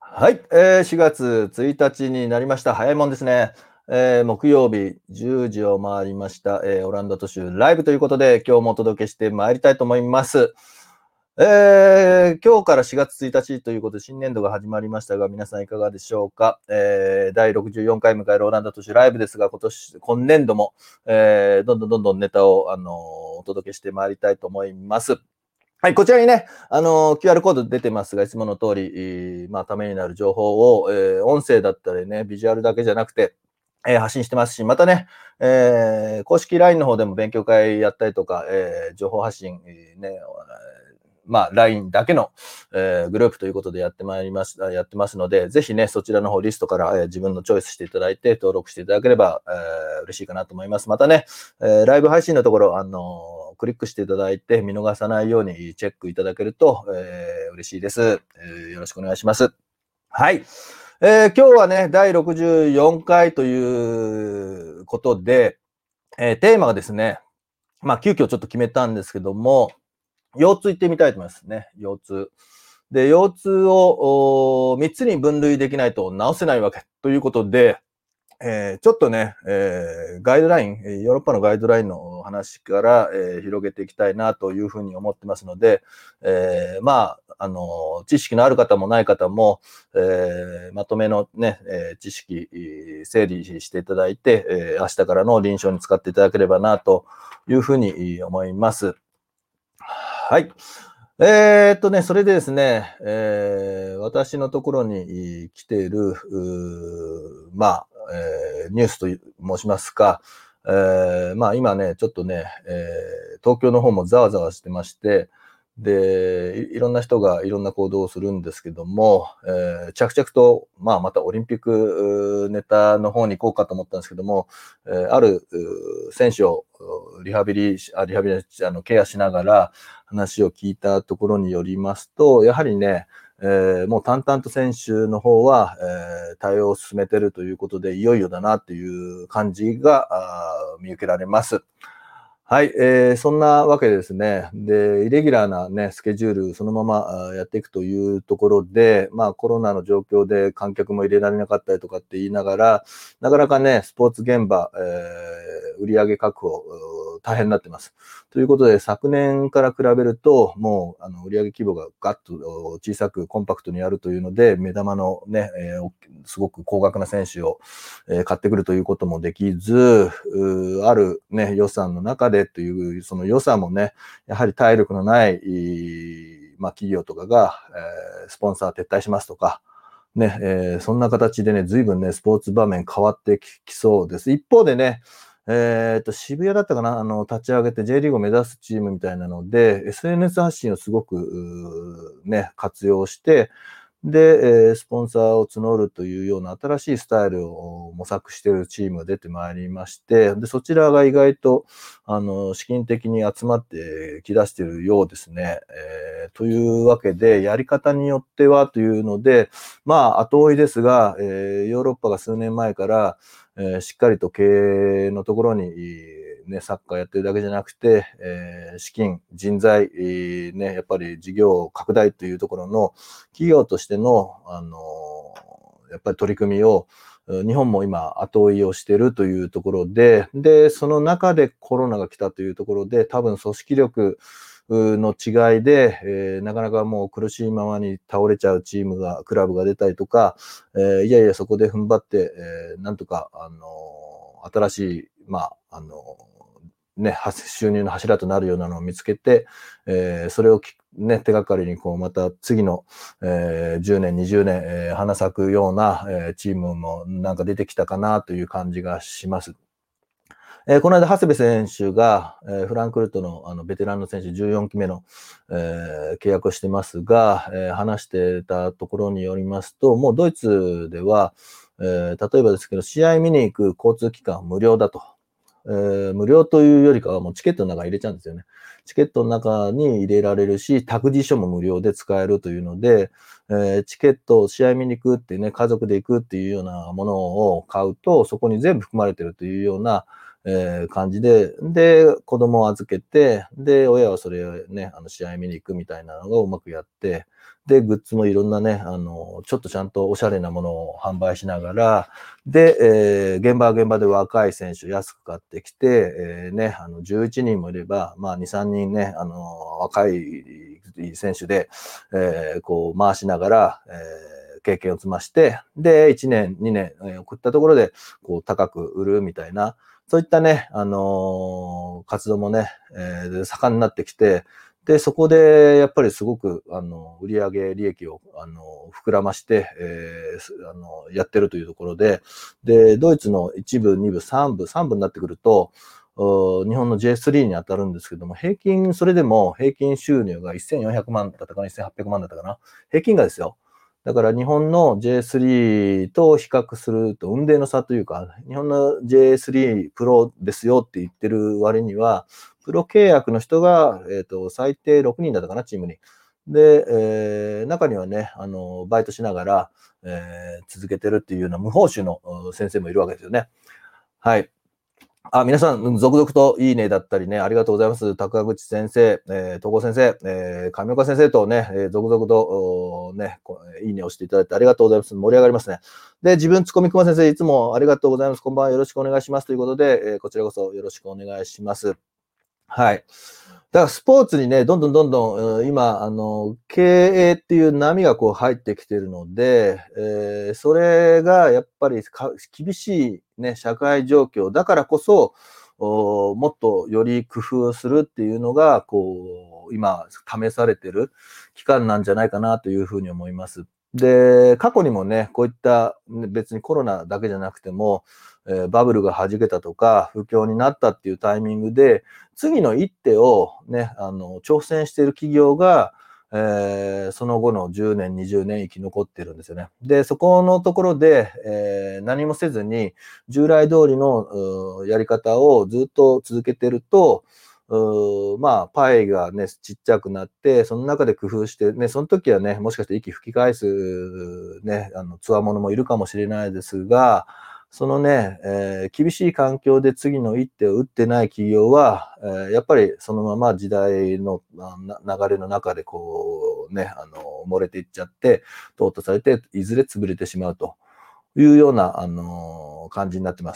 はい、4月1日になりました。早いもんですね。木曜日10時を回りました。オランダ都市ライブということで、今日もお届けしてまいりたいと思います。今日から4月1日ということで、新年度が始まりましたが、皆さんいかがでしょうか。第64回迎えるオランダ都市ライブですが、今年度も、どんどんネタを、お届けしてまいりたいと思います。はい、こちらにね、QR コード出てますが、いつもの通り、ためになる情報を、音声だったりね、ビジュアルだけじゃなくて、発信してますし、またね、公式 LINE の方でも勉強会やったりとか、情報発信、LINE だけの、グループということでやってますので、ぜひね、そちらの方リストから、自分のチョイスしていただいて、登録していただければ、嬉しいかなと思います。またね、ライブ配信のところ、クリックしていただいて、見逃さないようにチェックいただけると、嬉しいです。よろしくお願いします。はい。今日はね、第64回ということで、テーマがですね、急遽ちょっと決めたんですけども、腰痛行ってみたいと思いますね。腰痛。で、腰痛を3つに分類できないと治せないわけということで、ちょっとね、ガイドライン、ヨーロッパのガイドラインの話から、広げていきたいなというふうに思ってますので、知識のある方もない方も、まとめのね、知識、整理していただいて、明日からの臨床に使っていただければなというふうに思います。はい。それでですね、私のところに来ている、ニュースと申しますか、今ね、ちょっとね、東京の方もざわざわしてまして、で、いろんな人がいろんな行動をするんですけども、着々と、またオリンピックネタの方に行こうかと思ったんですけども、ある選手をリハビリ、ケアしながら話を聞いたところによりますと、やはりね、もう淡々と選手の方は、対応を進めているということで、いよいよだなという感じが見受けられます。はい、そんなわけでですね、で、イレギュラーなね、スケジュールそのままやっていくというところで、コロナの状況で観客も入れられなかったりとかって言いながら、なかなかね、スポーツ現場、売上確保、大変になってます。ということで、昨年から比べると、もう、売上規模がガッと小さくコンパクトにやるというので、目玉のね、すごく高額な選手を、買ってくるということもできず、あるね、予算の中でという、その予算もね、やはり体力のない、企業とかが、スポンサー撤退しますとか、ね、そんな形でね、随分ね、スポーツ場面変わってきそうです。一方でね、渋谷だったかな、立ち上げて J リーグを目指すチームみたいなので、SNS 発信をすごく、活用して、で、スポンサーを募るというような新しいスタイルを模索しているチームが出てまいりまして、で、そちらが意外と、資金的に集まってき出しているようですね。というわけで、やり方によってはというので、後追いですが、ヨーロッパが数年前から、しっかりと経営のところに、サッカーやってるだけじゃなくて、資金、人材、やっぱり事業拡大というところの企業としての、やっぱり取り組みを、日本も今後追いをしているというところで、で、その中でコロナが来たというところで、多分組織力の違いで、なかなかもう苦しいままに倒れちゃうクラブが出たりとか、いやいやそこで踏ん張って、なんとか、新しい、収入の柱となるようなのを見つけて、それを手がかりにまた次の、10年、20年、花咲くような、チームもなんか出てきたかなという感じがします。この間、長谷部選手が、フランクフルトのベテランの選手14期目の、契約をしてますが、話してたところによりますと、もうドイツでは、例えばですけど、試合見に行く交通機関無料だと。無料というよりかはもうチケットの中に入れちゃうんですよね。チケットの中に入れられるし、託児所も無料で使えるというので、チケットを試合見に行くってね、家族で行くっていうようなものを買うと、そこに全部含まれてるというような、 感じで、で、子供を預けて、で、親はそれをね、試合見に行くみたいなのがうまくやって、で、グッズもいろんなね、ちょっとちゃんとおしゃれなものを販売しながら、で、現場は現場で若い選手安く買ってきて、ね、11人もいれば、まあ、2、3人ね、若い選手で、こう回しながら、経験を積まして、で、1年、2年、送ったところで、こう、高く売るみたいな、そういったね、活動もね、盛んになってきて、で、そこで、やっぱりすごく、売上利益を、膨らまして、やってるというところで、で、ドイツの1部、2部、3部になってくると、日本の J3 に当たるんですけども、それでも平均収入が1400万だったかな、1800万だったかな。平均がですよ。だから日本の J3 と比較すると雲泥の差というか、日本の J3 プロですよって言ってる割には、プロ契約の人が、最低6人だったかな、チームに。で、中にはね、バイトしながら、続けてるっていうような無報酬の先生もいるわけですよね。はい。皆さん、続々といいねだったりね、ありがとうございます。高口先生、東郷先生、上岡先生とね、続々と、ね、いいねをしていただいてありがとうございます。盛り上がりますね。で、自分、つこみくま先生、いつもありがとうございます。こんばんは、よろしくお願いします。ということで、こちらこそよろしくお願いします。はい。だからスポーツにね、どんどん、今、経営っていう波がこう入ってきてるので、それがやっぱり厳しいね、社会状況だからこそ、もっとより工夫するっていうのが、こう、今、試されてる期間なんじゃないかなというふうに思います。で、過去にもね、こういった、別にコロナだけじゃなくても、バブルが弾けたとか、不況になったっていうタイミングで、次の一手をね、挑戦している企業が、その後の10年、20年生き残ってるんですよね。で、そこのところで、何もせずに、従来通りのやり方をずっと続けてると、まあ、パイがね、ちっちゃくなって、その中で工夫して、ね、その時はね、もしかして息吹き返す、ね、つわものもいるかもしれないですが、そのね、厳しい環境で次の一手を打ってない企業は、やっぱりそのまま時代の流れの中でこうね、漏れていっちゃって、淘汰されて、いずれ潰れてしまうというような、感じになってます。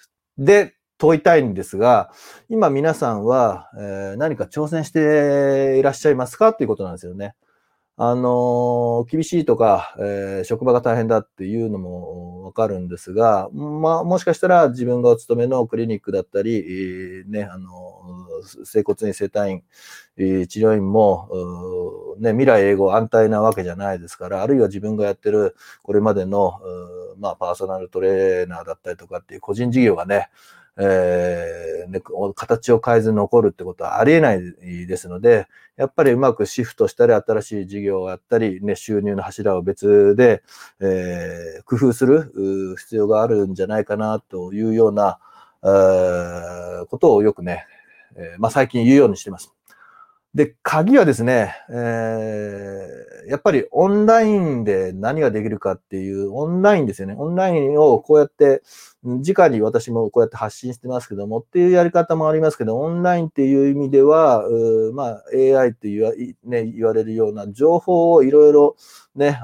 で、問いたいんですが、今皆さんは、何か挑戦していらっしゃいますかっていうことなんですよね。厳しいとか、職場が大変だっていうのもわかるんですが、まあ、もしかしたら自分がお勤めのクリニックだったり、ね、整骨院、整体院、治療院も、ね、未来永劫安泰なわけじゃないですから、あるいは自分がやってるこれまでの、まあ、パーソナルトレーナーだったりとかっていう個人事業がね、ね、形を変えず残るってことはありえないですので、やっぱりうまくシフトしたり、新しい事業をやったり、ね、収入の柱を別で、工夫する必要があるんじゃないかなというような、ことをよくね、まあ、最近言うようにしてます。で、鍵はですね、やっぱりオンラインで何ができるかっていうオンラインですよね。オンラインをこうやって、直に私もこうやって発信してますけどもっていうやり方もありますけど、オンラインっていう意味では、まあ AI って言われるような情報をいろいろね、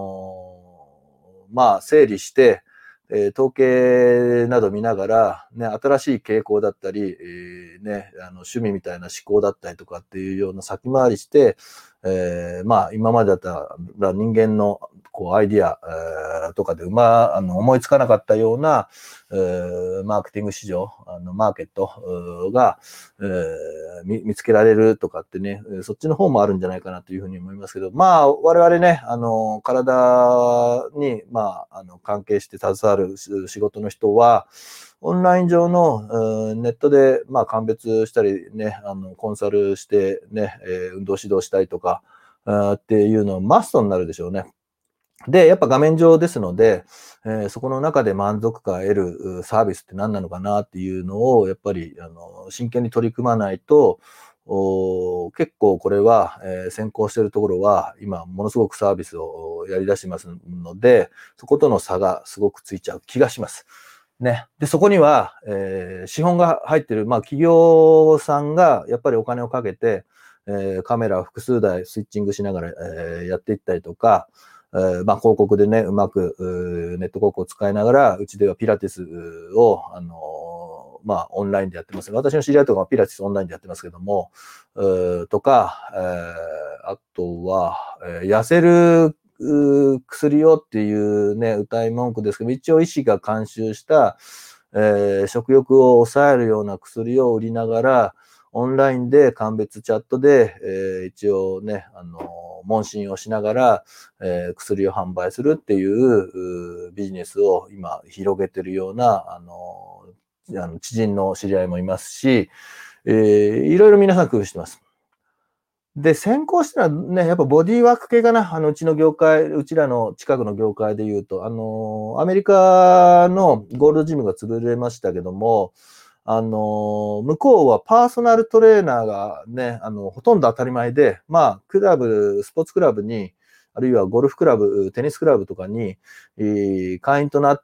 まあ整理して、統計など見ながら、ね、新しい傾向だったり、ね、趣味みたいな思考だったりとかっていうような先回りして、まあ、今までだったら人間のこうアイディア、とかで思いつかなかったような、マーケティング市場、マーケットが、見つけられるとかってね、そっちの方もあるんじゃないかなというふうに思いますけど、まあ、我々ね、体に、まあ、関係して携わる仕事の人は、オンライン上の、ネットで、まあ、鑑別したりね、コンサルしてね、運動指導したりとか、っていうのはマストになるでしょうね。で、やっぱ画面上ですので、そこの中で満足感を得るサービスって何なのかなっていうのを、やっぱり、真剣に取り組まないと、結構これは、先行しているところは、今、ものすごくサービスをやり出してますので、そことの差がすごくついちゃう気がします。 ね。で、そこには、資本が入ってる、企業さんがやっぱりお金をかけて、カメラを複数台スイッチングしながら、やっていったりとか、広告でね、うまく、ネット広告を使いながら、うちではピラティスを、オンラインでやってます。私の知り合いとかはピラティスオンラインでやってますけども、とか、あとは、痩せる薬をっていうね、歌い文句ですけど、一応医師が監修した、食欲を抑えるような薬を売りながら、オンラインで鑑別チャットで、一応ね、問診をしながら、薬を販売するっていうビジネスを今広げてるような、知人の知り合いもいますし、いろいろ皆さん工夫してます。で、先行したらね、やっぱボディーワーク系かな。うちの業界、うちらの近くの業界で言うと、アメリカのゴールドジムが潰れましたけども、向こうはパーソナルトレーナーがね、ほとんど当たり前で、クラブ、スポーツクラブに、あるいはゴルフクラブ、テニスクラブとかに、会員となって、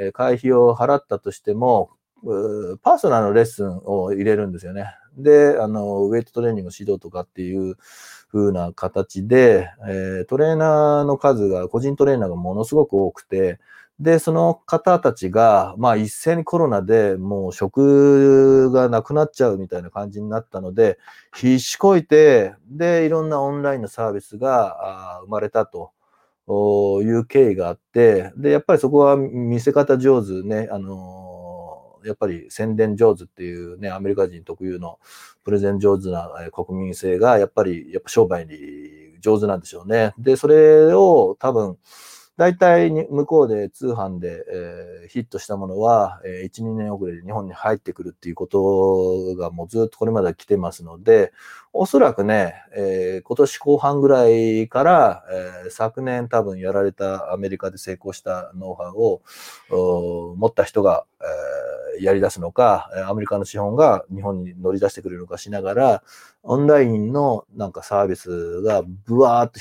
会費を払ったとしても、パーソナルのレッスンを入れるんですよね。で、ウェイトトレーニング指導とかっていう風な形で、トレーナーの数が、個人トレーナーがものすごく多くて、で、その方たちが、一斉にコロナでもう職がなくなっちゃうみたいな感じになったので、必死こいて、で、いろんなオンラインのサービスが生まれたという経緯があって、で、やっぱりそこは見せ方上手ね、やっぱり宣伝上手っていうね、アメリカ人特有のプレゼン上手な国民性が、やっぱ商売に上手なんでしょうね。で、それを多分、大体に向こうで通販で、ヒットしたものは、1、2年遅れで日本に入ってくるっていうことがもうずっとこれまで来てますので、おそらくね、今年後半ぐらいから、昨年多分やられたアメリカで成功したノウハウを持った人が、やり出すのか、アメリカの資本が日本に乗り出してくれるのかしながら、オンラインのなんかサービスがブワーッと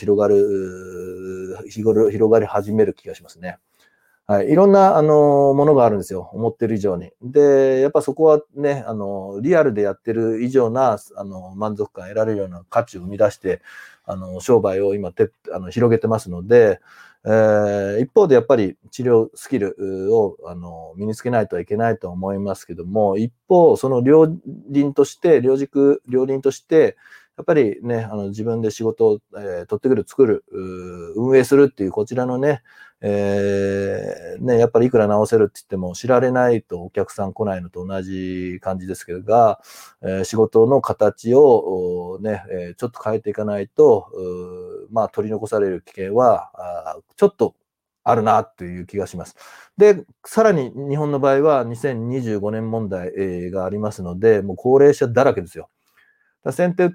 広がり始める気がしますね。はい。いろんな、ものがあるんですよ。思ってる以上に。で、やっぱそこはね、リアルでやってる以上な、満足感得られるような価値を生み出して、商売を今広げてますので、一方でやっぱり治療スキルを、身につけないとはいけないと思いますけども、一方、その両輪として、両輪として、やっぱりね、自分で仕事を、取ってくる、作る、運営するっていうこちらのね、やっぱりいくら直せるって言っても知られないとお客さん来ないのと同じ感じですけどが、仕事の形をね、ちょっと変えていかないと、取り残される危険は、ちょっとあるなという気がします。で、さらに日本の場合は2025年問題がありますので、もう高齢者だらけですよ。先手打って、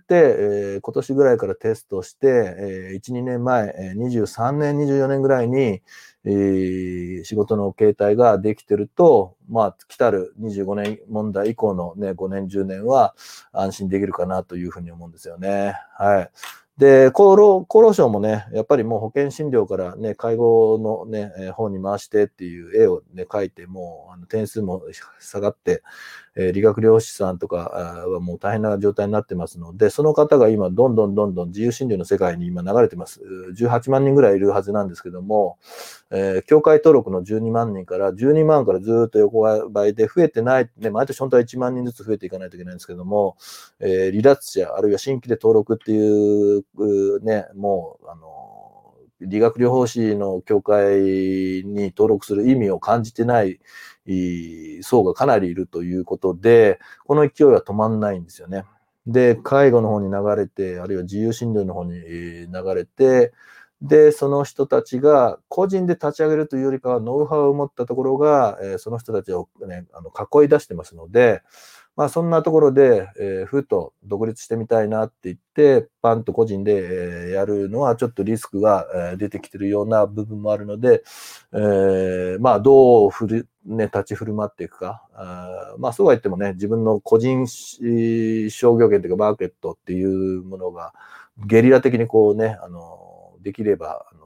今年ぐらいからテストして、1、2年前、23年、24年ぐらいに、仕事の形態ができてると、来たる25年問題以降のね、5年、10年は安心できるかなというふうに思うんですよね。はい。で、厚労省もね、やっぱりもう保険診療からね、介護のね、方に回してっていう絵をね、描いて、もう点数も下がって、理学療師さんとかはもう大変な状態になってますので、その方が今どんどん自由診療の世界に今流れてます。18万人ぐらいいるはずなんですけども、協会登録の12万人から12万からずっと横ばいで増えてない、ね、毎年本当は1万人ずつ増えていかないといけないんですけども、離脱者、あるいは新規で登録っていうね、もう、理学療法士の協会に登録する意味を感じてない層がかなりいるということで、この勢いは止まんないんですよね。で、介護の方に流れて、あるいは自由診療の方に流れて、で、その人たちが個人で立ち上げるというよりかは、ノウハウを持ったところが、その人たちを、ね、囲い出してますので、そんなところで、ふと独立してみたいなって言って、パンと個人で、やるのはちょっとリスクが、出てきてるような部分もあるので、どう立ち振る舞っていくか。そうは言ってもね、自分の個人商業権というかマーケットっていうものが、ゲリラ的にこうね、できれば、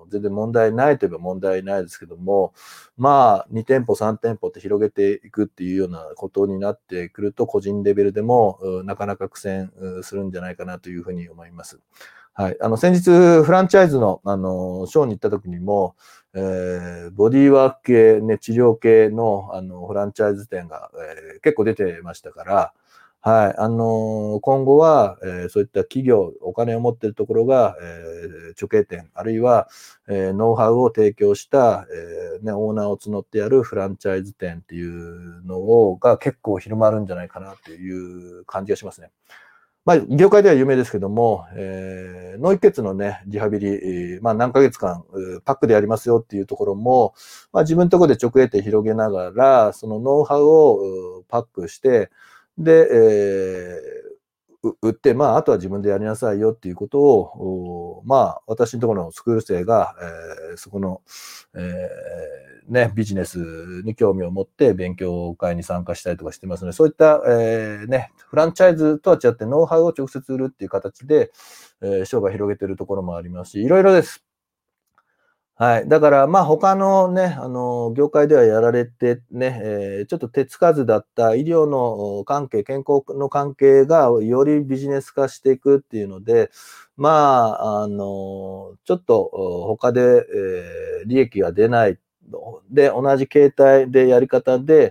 全然問題ないといえば問題ないですけども、まあ、2店舗、3店舗って広げていくっていうようなことになってくると、個人レベルでもなかなか苦戦するんじゃないかなというふうに思います。はい。先日、フランチャイズの、ショーに行った時にも、ボディーワーク系、ね、治療系の、フランチャイズ店が、結構出てましたから、はい。今後は、そういった企業、お金を持っているところが、直営店、あるいは、ノウハウを提供した、ね、オーナーを募ってやるフランチャイズ店っていうのが結構広まるんじゃないかなっていう感じがしますね。まあ、業界では有名ですけども、脳一血のね、リハビリ、まあ何ヶ月間、パックでやりますよっていうところも、まあ自分のところで直営店広げながら、そのノウハウをパックして、で、売って、まあ、あとは自分でやりなさいよっていうことを、まあ、私のところのスクール生が、そこの、ね、ビジネスに興味を持って勉強会に参加したりとかしてますので、そういった、ね、フランチャイズとは違ってノウハウを直接売るっていう形で、商売広げてるところもありますし、いろいろです。はい。だから、まあ、他のね、業界ではやられてね、ちょっと手つかずだった医療の関係、健康の関係がよりビジネス化していくっていうので、まあ、ちょっと他で、利益が出ないので、同じ形態でやり方で、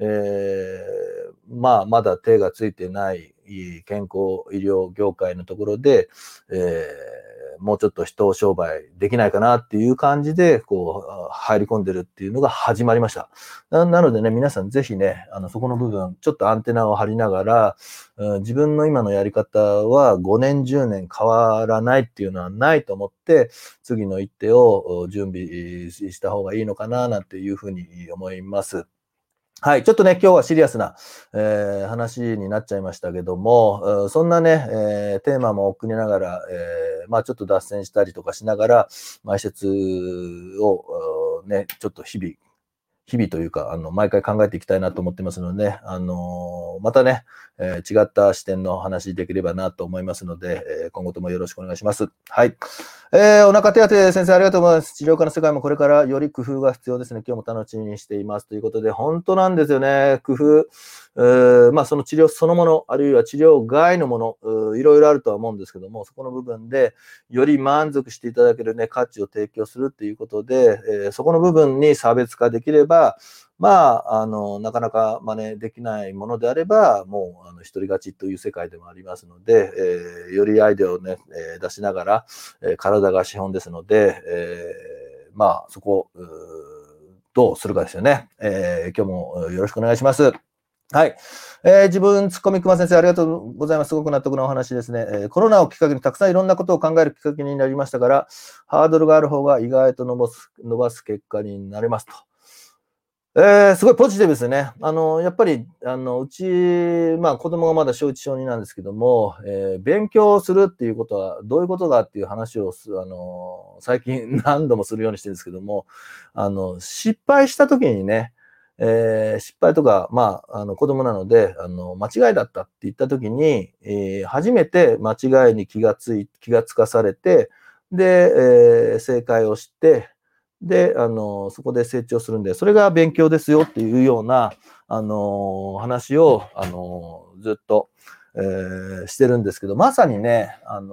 まあ、まだ手がついてない健康医療業界のところで、もうちょっと人を商売できないかなっていう感じで、こう、入り込んでるっていうのが始まりました。なのでね、皆さんぜひね、そこの部分、ちょっとアンテナを張りながら、自分の今のやり方は5年、10年変わらないっていうのはないと思って、次の一手を準備した方がいいのかな、なんていうふうに思います。はい。ちょっとね、今日はシリアスな、話になっちゃいましたけども、そんなね、テーマも送りながら、まあちょっと脱線したりとかしながら、前説を、ね、ちょっと日々というか、毎回考えていきたいなと思ってますので、またね、違った視点の話できればなと思いますので、今後ともよろしくお願いします。はい。お腹手当て先生ありがとうございます。治療科の世界もこれからより工夫が必要ですね。今日も楽しみにしています。ということで、本当なんですよね。工夫、まあその治療そのもの、あるいは治療外のもの、いろいろあるとは思うんですけども、そこの部分でより満足していただけるね、価値を提供するっていうことで、そこの部分に差別化できれば、まあ、なかなか真似できないものであれば、もう、独り勝ちという世界でもありますので、よりアイデアをね、出しながら、体が資本ですので、まあ、そこ、どうするかですよね。今日もよろしくお願いします。はい。自分、ツッコミ熊先生、ありがとうございます。すごく納得のお話ですね。コロナをきっかけにたくさんいろんなことを考えるきっかけになりましたから、ハードルがある方が意外と伸ばす結果になれますと。すごいポジティブですね。やっぱり、うち、まあ子供がまだ小1、小2なんですけども、勉強するっていうことはどういうことだっていう話を最近何度もするようにしてるんですけども、失敗した時にね、失敗とか、まあ、子供なので、間違いだったって言った時に、初めて間違いに気がつかされて、で、正解をして、で、そこで成長するんで、それが勉強ですよっていうような、話を、ずっと、してるんですけど、まさにね、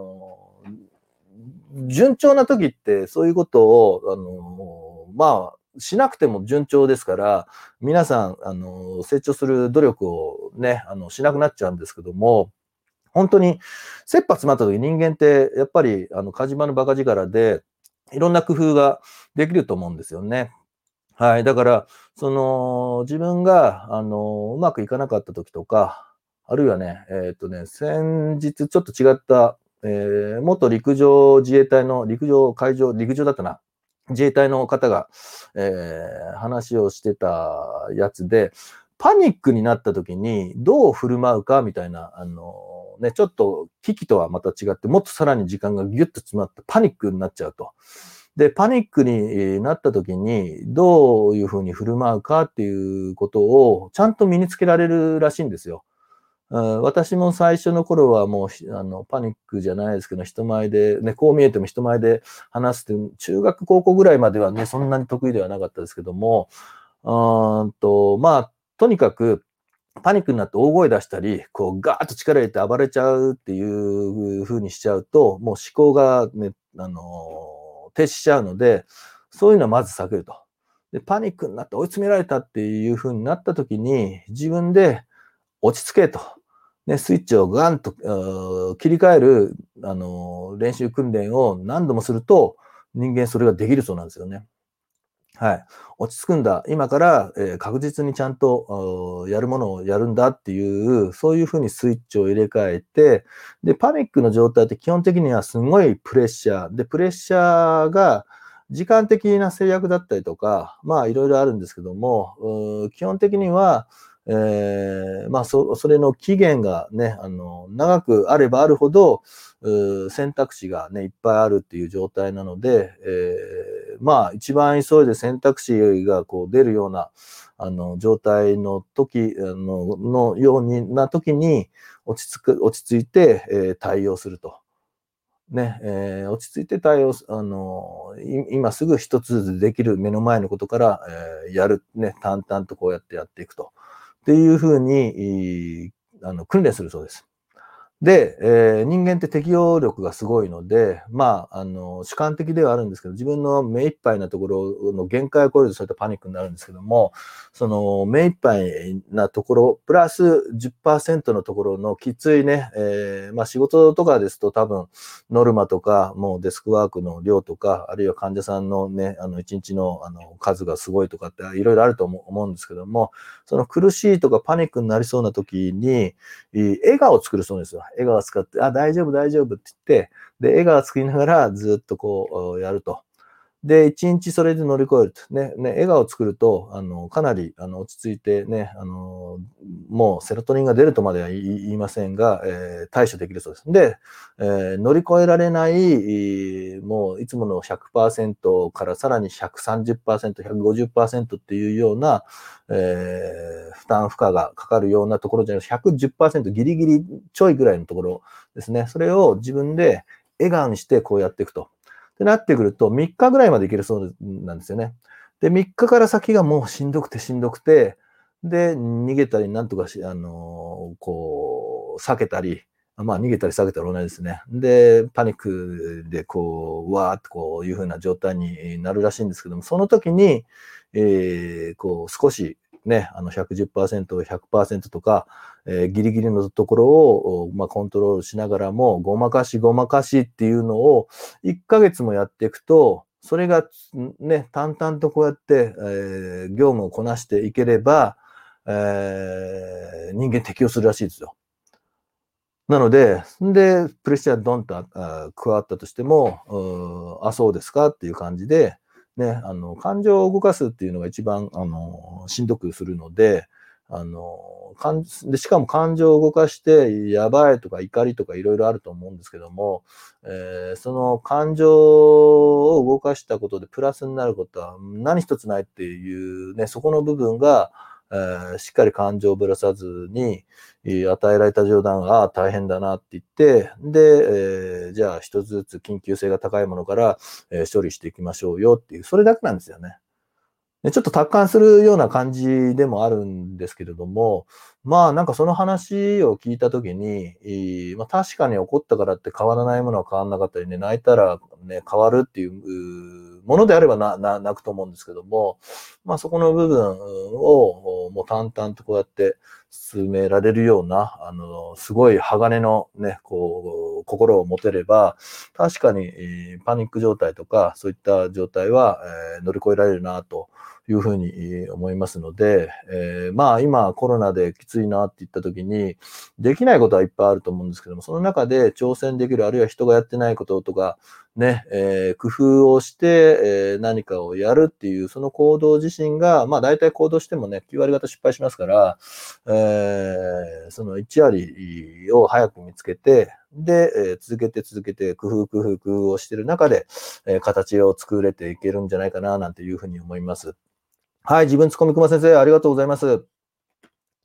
順調な時ってそういうことを、まあ、しなくても順調ですから、皆さん、成長する努力をね、しなくなっちゃうんですけども、本当に、切羽詰まった時人間ってやっぱり、火事場の馬鹿力で、いろんな工夫ができると思うんですよね。はい。だから、自分が、うまくいかなかった時とか、あるいはね、先日ちょっと違った、元陸上自衛隊の陸上だったな。自衛隊の方が、話をしてたやつで、パニックになった時にどう振る舞うかみたいな、ね、ちょっと危機とはまた違って、もっとさらに時間がギュッと詰まってパニックになっちゃうと。で、パニックになった時に、どういうふうに振る舞うかっていうことを、ちゃんと身につけられるらしいんですよ。 私も最初の頃はもう、パニックじゃないですけど、人前で、ね、こう見えても人前で話すっていう、中学高校ぐらいまではね、そんなに得意ではなかったですけども、まあ、とにかくパニックになって大声出したり、こうガーッと力入れて暴れちゃうっていう風にしちゃうと、もう思考がね、停止しちゃうので、そういうのはまず避けると。で、パニックになって追い詰められたっていう風になった時に、自分で落ち着けと。ね、スイッチをガンと切り替える、練習訓練を何度もすると、人間それができるそうなんですよね。はい。落ち着くんだ。今から、確実にちゃんと、やるものをやるんだっていう、そういう風にスイッチを入れ替えて、で、パニックの状態って基本的にはすごいプレッシャー。で、プレッシャーが時間的な制約だったりとか、まあ、いろいろあるんですけども、基本的には、まあ、それの期限がね、長くあればあるほど、選択肢がね、いっぱいあるっていう状態なので、まあ、一番急いで選択肢がこう出るような、状態の時、のようにな時に、落ち着いて、対応すると。ね、落ち着いて対応す今すぐ一つずつできる目の前のことから、やる、ね、淡々とこうやってやっていくと。っていう風に、訓練するそうです。で、人間って適応力がすごいので、まあ、主観的ではあるんですけど、自分の目いっぱいなところの限界を超えるとそういったパニックになるんですけども、その目いっぱいなところ、プラス10%のところのきついね、まあ仕事とかですと多分ノルマとか、もうデスクワークの量とか、あるいは患者さんのね、一日の数がすごいとかっていろいろあると思うんですけども、その苦しいとかパニックになりそうな時に、笑顔を作るそうですよ。笑顔を使って、あ、大丈夫、大丈夫って言って、で、笑顔を作りながらずっとこう、やると。で、1日それで乗り越えると。笑顔を作ると、かなり、落ち着いてね、もうセロトニンが出るとまでは言いませんが、対処できるそうです。で、乗り越えられない、もういつもの100%からさらに130%、150%っていうような、負担負荷がかかるようなところじゃなくて、110%ギリギリちょいぐらいのところですね。それを自分で笑顔にしてこうやっていくと。ってなってくると、3日ぐらいまでいけるそうなんですよね。で、3日から先がもうしんどくてしんどくて、で、逃げたりなんとかこう、避けたり、まあ逃げたり避けたら同じですね。で、パニックでこう、わーってこういう風な状態になるらしいんですけども、その時に、こう少しね、110%、100%とか、ギリギリのところを、まあ、コントロールしながらも、ごまかしごまかしっていうのを1ヶ月もやっていくと、それがね、淡々とこうやって、業務をこなしていければ、人間適応するらしいですよ。なので、プレッシャードンと加わったとしても、あ、そうですかっていう感じで、ね、感情を動かすっていうのが一番、しんどくするので、しかも感情を動かして、やばいとか怒りとかいろいろあると思うんですけども、その感情を動かしたことでプラスになることは何一つないっていうね、そこの部分が、しっかり感情をぶらさずに、与えられた冗談が、ああ、大変だなって言って、で、じゃあ一つずつ緊急性が高いものから、処理していきましょうよっていう、それだけなんですよね。で、ちょっと達観するような感じでもあるんですけれども、まあ、なんかその話を聞いた時に、まあ、確かに怒ったからって変わらないものは変わらなかったりね、泣いたらね、変わるっていうものであれば泣くと思うんですけども、まあそこの部分をもう淡々とこうやって進められるような、すごい鋼のね、こう、心を持てれば、確かにパニック状態とか、そういった状態は、乗り越えられるなというふうに思いますので、まあ今コロナできついなって言った時に、できないことはいっぱいあると思うんですけども、その中で挑戦できる、あるいは人がやってないこととか、ね、工夫をして、何かをやるっていう、その行動自身が、まあ大体行動してもね、9割方失敗しますから、その1割を早く見つけて、で、続けて、工夫をしている中で、形を作れていけるんじゃないかな、なんていうふうに思います。はい、自分ツッコミくま先生、ありがとうございます。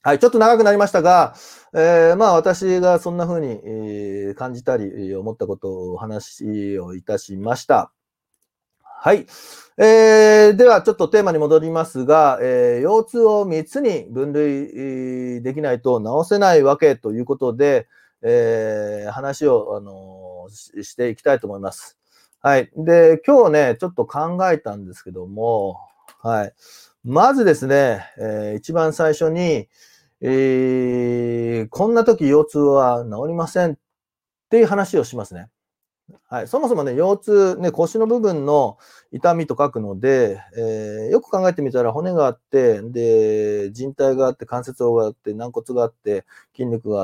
はい、ちょっと長くなりましたが、まあ私がそんな風に、感じたり思ったことをお話をいたしました。はい。ではちょっとテーマに戻りますが、腰痛を3つに分類できないと治せないわけということで、話を、していきたいと思います。はい。で、今日ね、ちょっと考えたんですけども、はい。まずですね、一番最初に、こんな時腰痛は治りませんっていう話をしますね。はい、そもそもね、腰痛、ね、腰の部分の痛みと書くので、よく考えてみたら骨があって、で、靭帯があって、関節があって、軟骨があって、筋肉があって、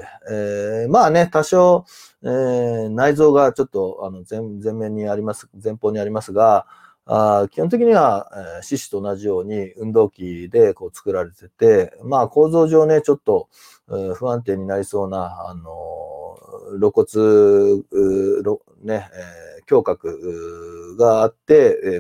まあね、多少、内臓がちょっと前面にあります、前方にありますが、基本的には、四肢と同じように運動器でこう作られてて、まあ構造上ね、ちょっと、不安定になりそうな、肋骨、胸郭があって、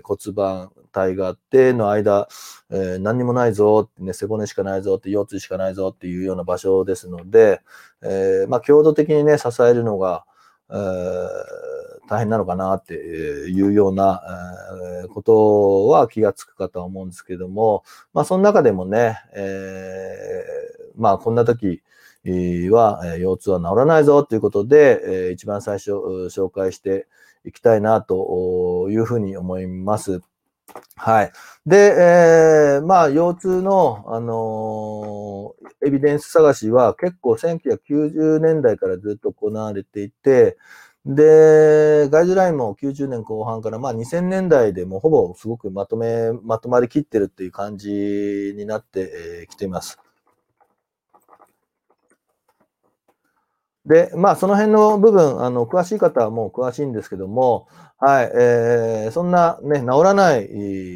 骨盤体があっての間、何にもないぞってね、背骨しかないぞって、腰椎しかないぞっていうような場所ですので、まあ、強度的にね、支えるのが、大変なのかなっていうような、ことは気がつくかとは思うんですけども、まあ、その中でもね、まあ、こんな時、は、腰痛は治らないぞということで、一番最初紹介していきたいなというふうに思います。はい。で、まあ、腰痛の、エビデンス探しは結構1990年代からずっと行われていて、で、ガイドラインも90年後半から、まあ、2000年代でもうほぼすごくまとまりきってるっていう感じになってきています。で、まあ、その辺の部分、詳しい方はもう詳しいんですけども、はい、そんなね、治らない、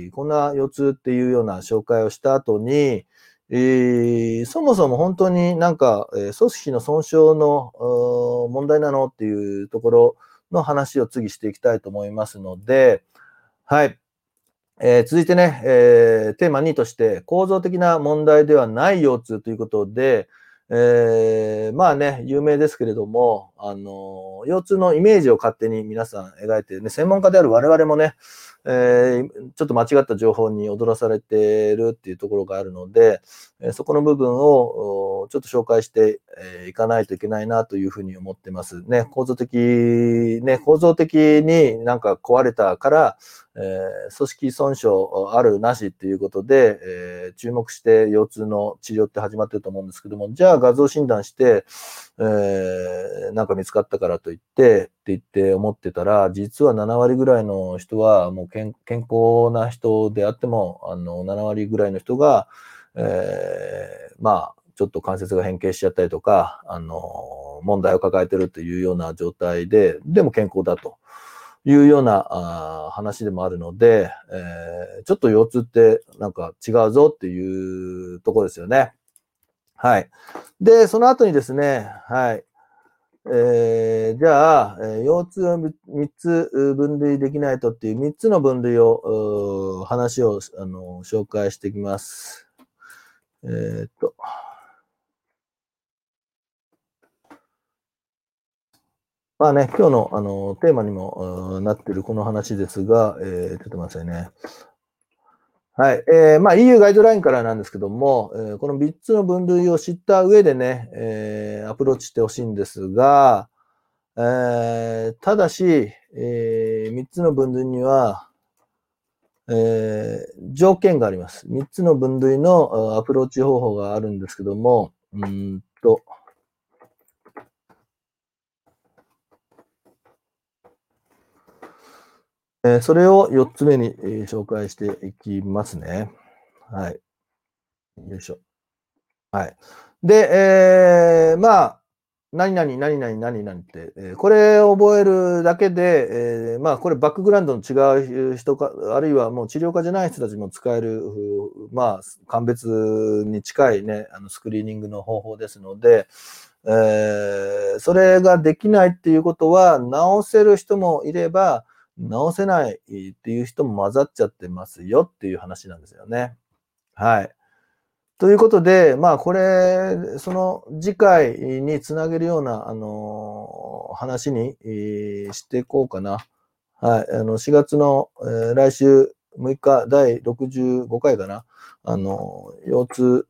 こんな腰痛っていうような紹介をした後に、そもそも本当になんか、組織の損傷の問題なのっていうところの話を次していきたいと思いますので、はい。続いてね、テーマ2として、構造的な問題ではない腰痛ということで、まあね、有名ですけれども、腰痛のイメージを勝手に皆さん描いて、ね、専門家である我々もね、ちょっと間違った情報に踊らされてるっていうところがあるので、そこの部分をちょっと紹介していかないといけないなというふうに思ってます。ね、構造的になんか壊れたから、組織損傷あるなしっていうことで、注目して腰痛の治療って始まってると思うんですけども、じゃあ画像診断して、なんか見つかったからといってって言って思ってたら、実は7割ぐらいの人はもう健康な人であっても、7割ぐらいの人が、まあ、ちょっと関節が変形しちゃったりとか、問題を抱えてるというような状態で、でも健康だと。いうような話でもあるので、ちょっと腰痛ってなんか違うぞっていうところですよね。はい。で、その後にですね、はい。じゃあ、腰痛を3つ分類できないとっていう3つの分類を、話を紹介していきます。えーっと、まあね、今日のテーマにもなっているこの話ですが、ちょっと待ってくださいね。はい。まあ EU ガイドラインからなんですけども、この3つの分類を知った上でね、アプローチしてほしいんですが、ただし、3つの分類には、条件があります。3つの分類のアプローチ方法があるんですけども、それを4つ目に紹介していきますね。はい。よいしょ。はい。で、まあ、何々、何々、何々って、これを覚えるだけで、まあ、これバックグラウンドの違う人か、あるいはもう治療家じゃない人たちも使える、まあ、鑑別に近いね、スクリーニングの方法ですので、それができないっていうことは、治せる人もいれば、治せないっていう人も混ざっちゃってますよっていう話なんですよね。はい。 ということで、まあ、これ、その次回につなげるような、話に、していこうかな。はい。4月の、来週6日、第65回かな。腰痛、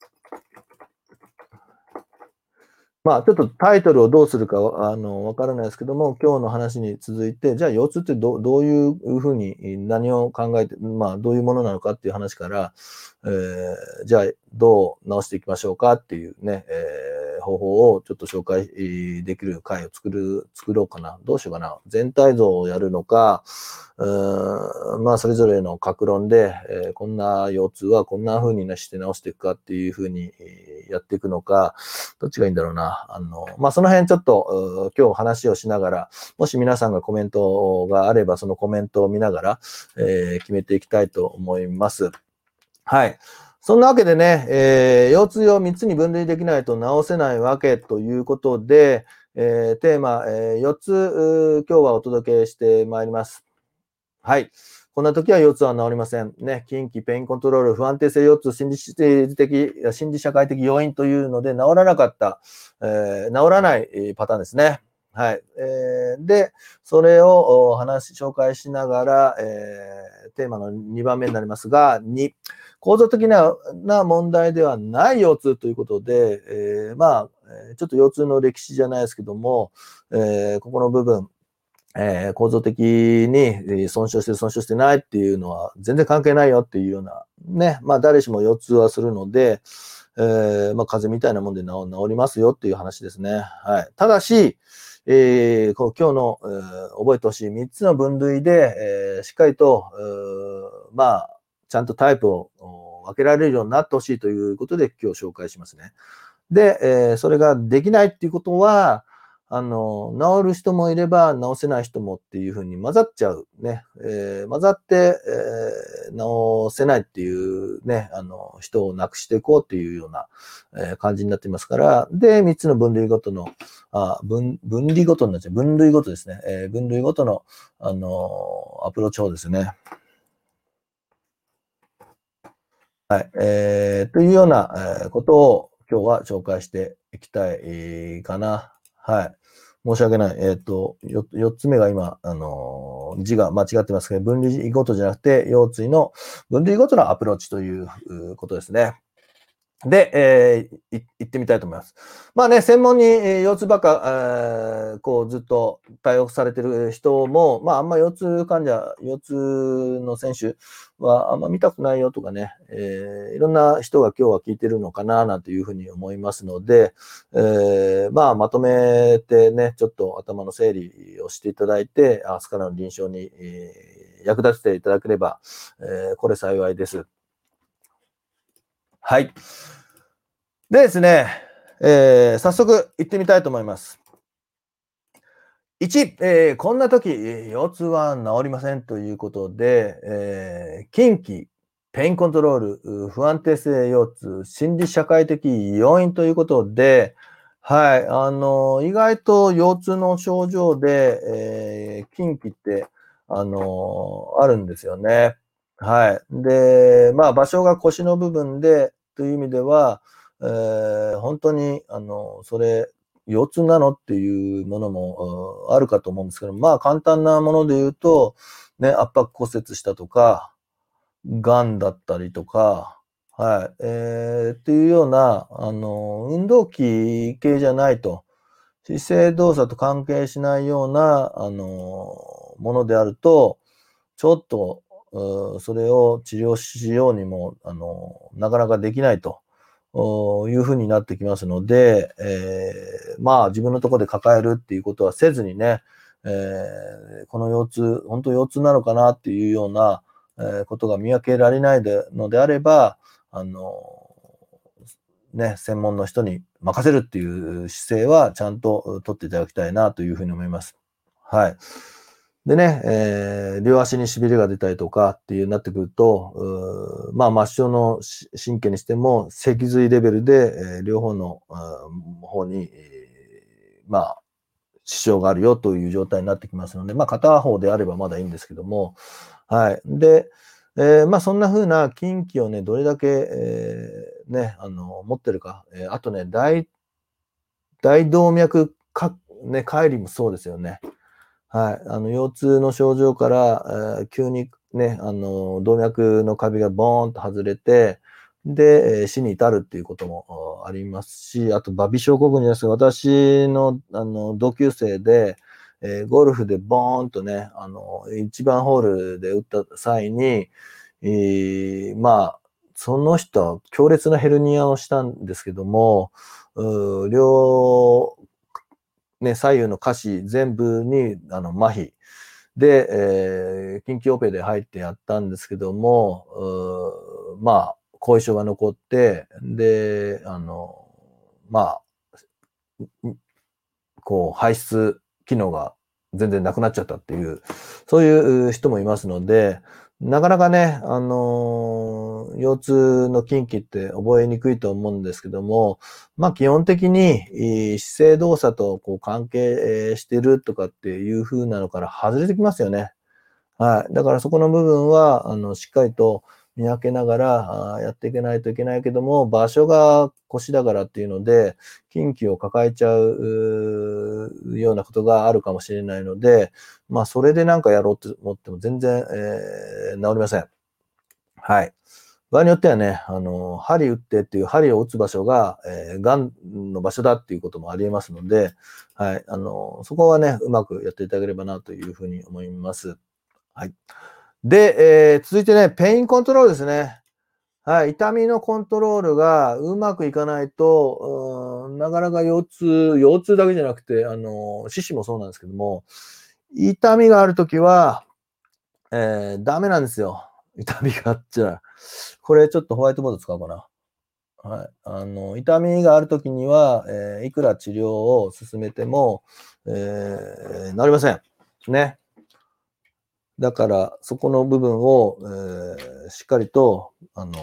まあ、ちょっとタイトルをどうするかわからないですけども、今日の話に続いて、じゃあ腰痛ってどういうふうに何を考えて、まあ、どういうものなのかっていう話から、じゃあどう直していきましょうかっていうね、方法をちょっと紹介できる回を作ろうかな。どうしようかな。全体像をやるのか、まあ、それぞれの各論で、こんな腰痛はこんな風にして直していくかっていう風にやっていくのか、どっちがいいんだろうな。まあ、その辺ちょっと今日話をしながら、もし皆さんがコメントがあれば、そのコメントを見ながら、決めていきたいと思います。はい。そんなわけでね、腰痛を3つに分類できないと治せないわけということで、テーマ、4つ今日はお届けしてまいります。はい。こんな時は腰痛は治りません。ね、近畿ペインコントロール、不安定性腰痛、心理社会的要因というので治らなかった、治らないパターンですね。はい。で、それを紹介しながら、テーマの2番目になりますが、2、構造的な問題ではない腰痛ということで、まあ、ちょっと腰痛の歴史じゃないですけども、ここの部分、構造的に損傷してないっていうのは全然関係ないよっていうような、ね、まあ誰しも腰痛はするので、まあ風邪みたいなもんで治りますよっていう話ですね。はい。ただし、今日の、覚えてほしい3つの分類で、しっかりと、まあ、ちゃんとタイプを分けられるようになってほしいということで今日紹介しますね。で、それができないっていうことは、治る人もいれば治せない人もっていうふうに混ざっちゃうね。混ざって、治せないっていうね、人をなくしていこうっていうような、感じになっていますから、で、3つの分類ごとの、分離ごとになっちゃう。分類ごとですね。分類ごとの、アプローチ法ですね。はい。というようなことを今日は紹介していきたいかな。はい。申し訳ない。4つ目が今、字が間違ってますけど、分離ごとじゃなくて、腰椎の分類ごとのアプローチということですね。で、行ってみたいと思います。まあね、専門に腰痛ばっか、こうずっと対応されてる人も、まああんま腰痛の選手はあんま見たくないよとかね、いろんな人が今日は聞いてるのかななんていうふうに思いますので、まあまとめてね、ちょっと頭の整理をしていただいて、明日からの臨床に、役立てていただければ、これ幸いです。はい。でですね、早速行ってみたいと思います。1、こんな時、腰痛は治りませんということで、近畿、ペインコントロール、不安定性腰痛、心理社会的要因ということで、はい、意外と腰痛の症状で、近畿って、あるんですよね。はい。で、まあ、場所が腰の部分で、という意味では、本当に、それ、腰痛なのっていうものもあるかと思うんですけど、まあ簡単なもので言うと、ね、圧迫骨折したとか、癌だったりとか、はい、っていうような、運動器系じゃないと、姿勢動作と関係しないような、ものであると、ちょっと、それを治療しようにも、なかなかできないと。いうふうになってきますので、まあ自分のところで抱えるっていうことはせずにね、この腰痛、本当腰痛なのかなっていうような、ことが見分けられないのであれば、ね、専門の人に任せるっていう姿勢はちゃんと取っていただきたいなというふうに思います。はい。でね、両足に痺れが出たりとかっていうなってくると、まあ末梢の神経にしても脊髄レベルで、両方の方に、まあ支障があるよという状態になってきますので、まあ片方であればまだいいんですけども、はい。で、 まあ、そんな風な筋気をね、どれだけ、ね、持ってるか。あとね、大動脈ね、解離もそうですよね。はい。腰痛の症状から、急にね、動脈の壁がボーンと外れて、で、死に至るっていうこともありますし、あと、馬尾症候群じゃないですけど、私の、同級生で、ゴルフでボーンとね、1番ホールで打った際に、まあ、その人は強烈なヘルニアをしたんですけども、両ね、左右の下肢全部に麻痺で、緊急オペで入ってやったんですけども、まあ、後遺症が残って、で、まあ、こう、排出機能が全然なくなっちゃったっていう、そういう人もいますので、なかなかね、腰痛の近畿って覚えにくいと思うんですけども、まあ基本的に姿勢動作とこう関係してるとかっていう風なのから外れてきますよね。はい。だからそこの部分は、しっかりと見分けながら、やっていけないといけないけども、場所が腰だからっていうので、筋気を抱えちゃうようなことがあるかもしれないので、まあ、それでなんかやろうと思っても全然、治りません。はい。場合によってはね、針打ってっていう針を打つ場所が、癌の場所だっていうこともあり得ますので、はい。そこはね、うまくやっていただければなというふうに思います。はい。で、続いてね、ペインコントロールですね。はい、痛みのコントロールがうまくいかないと、なかなか腰痛だけじゃなくて、四肢もそうなんですけども、痛みがあるときは、ダメなんですよ。痛みがあっちゃ。これちょっとホワイトボード使おうかな。はい。痛みがあるときには、いくら治療を進めても、治りません。ね。だから、そこの部分を、しっかりと、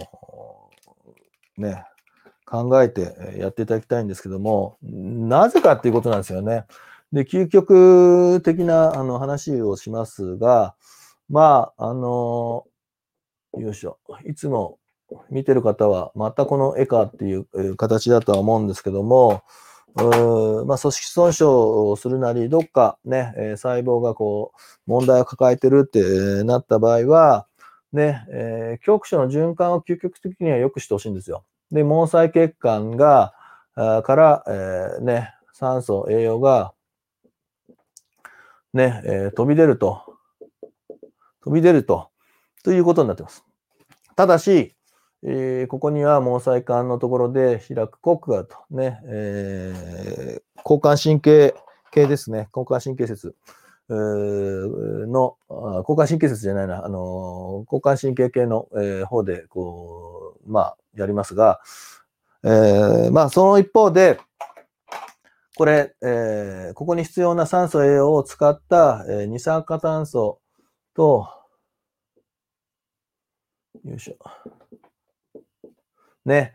ね、考えてやっていただきたいんですけども、なぜかっていうことなんですよね。で、究極的な話をしますが、まあ、よいしょ。いつも見てる方は、またこの絵かっていう形だとは思うんですけども、まあ、組織損傷をするなり、どっかね、細胞がこう、問題を抱えてるってなった場合は、ね、局所の循環を究極的には良くしてほしいんですよ。で、毛細血管が、から、ね、酸素、栄養が、ね、飛び出るということになっています。ただし、ここには毛細管のところで開くコックがあると。ね、交感神経系ですね。交感神経節交感神経節じゃないな、交感神経系の、方で、こう、まあ、やりますが、まあ、その一方で、これ、ここに必要な酸素栄養を使った、二酸化炭素と、よいしょ。ね、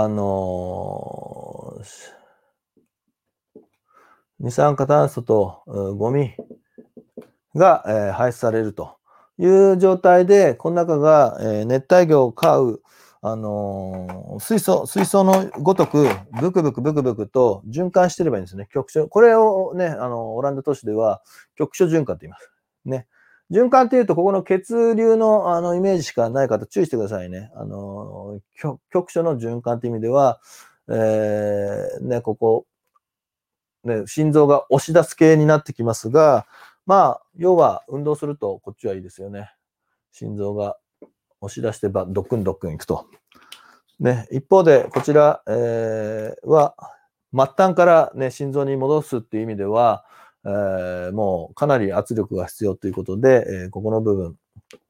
二酸化炭素とゴミが、排出されるという状態で、この中が、熱帯魚を飼う、水槽のごとく、ブクブクブクブクと循環してればいいんですね。局所。これをね、オランダ都市では局所循環って言います。ね。循環っていうと、ここの血流のイメージしかない方、注意してくださいね。局所の循環っていう意味では、ね、ここ、ね、心臓が押し出す系になってきますが、まあ、要は運動するとこっちはいいですよね。心臓が押し出してドックンドックンいくと。ね、一方で、こちら、は、末端からね、心臓に戻すっていう意味では、もうかなり圧力が必要ということで、ここの部分、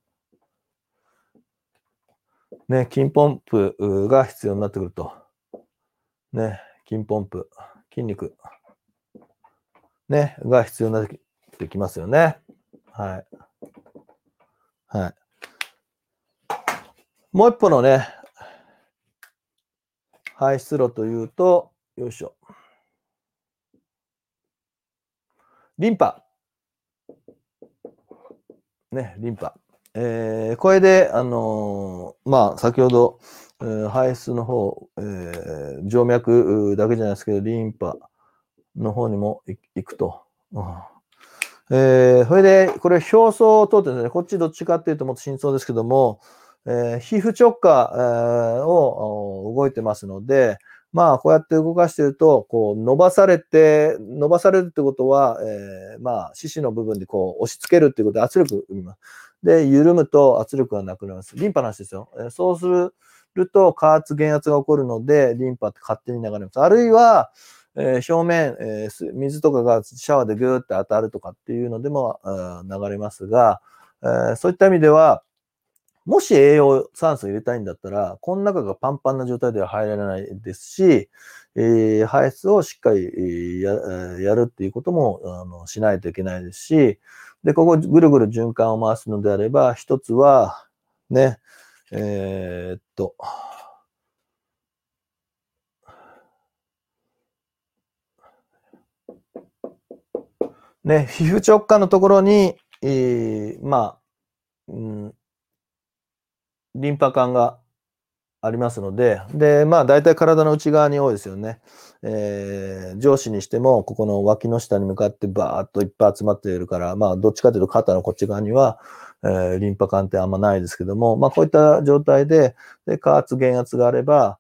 ね、筋ポンプが必要になってくると。ね、筋ポンプ、筋肉、ね、が必要になってきますよね。はい。はい。もう一歩のね、排出路というと、よいしょ。リンパ。ね、リンパ。 これで、まあ、先ほど、排出の方、静脈だけじゃないですけど、リンパの方にも行くと。それで、これ表層を通ってですね、こっちどっちかっていうともっと深層ですけども、皮膚直下、を動いてますので、まあ、こうやって動かしてると、こう、伸ばされるってことは、まあ、四肢の部分でこう、押し付けるっていうことで圧力を生みます。で、緩むと圧力がなくなります。リンパの話ですよ。そうすると、加圧、減圧が起こるので、リンパって勝手に流れます。あるいは、表面、水とかがシャワーでグーって当たるとかっていうのでも流れますが、そういった意味では、もし栄養、酸素を入れたいんだったら、この中がパンパンな状態では入られないですし、排出をしっかりやるっていうこともしないといけないですし、で、ここぐるぐる循環を回すのであれば、一つは、ね、ね、皮膚直下のところに、まあ、うん、リンパ管がありますので、で、まあ大体体の内側に多いですよね。上肢にしても、ここの脇の下に向かってバーッといっぱい集まっているから、まあどっちかというと肩のこっち側には、リンパ管ってあんまないですけども、まあこういった状態で、加圧減圧があれば、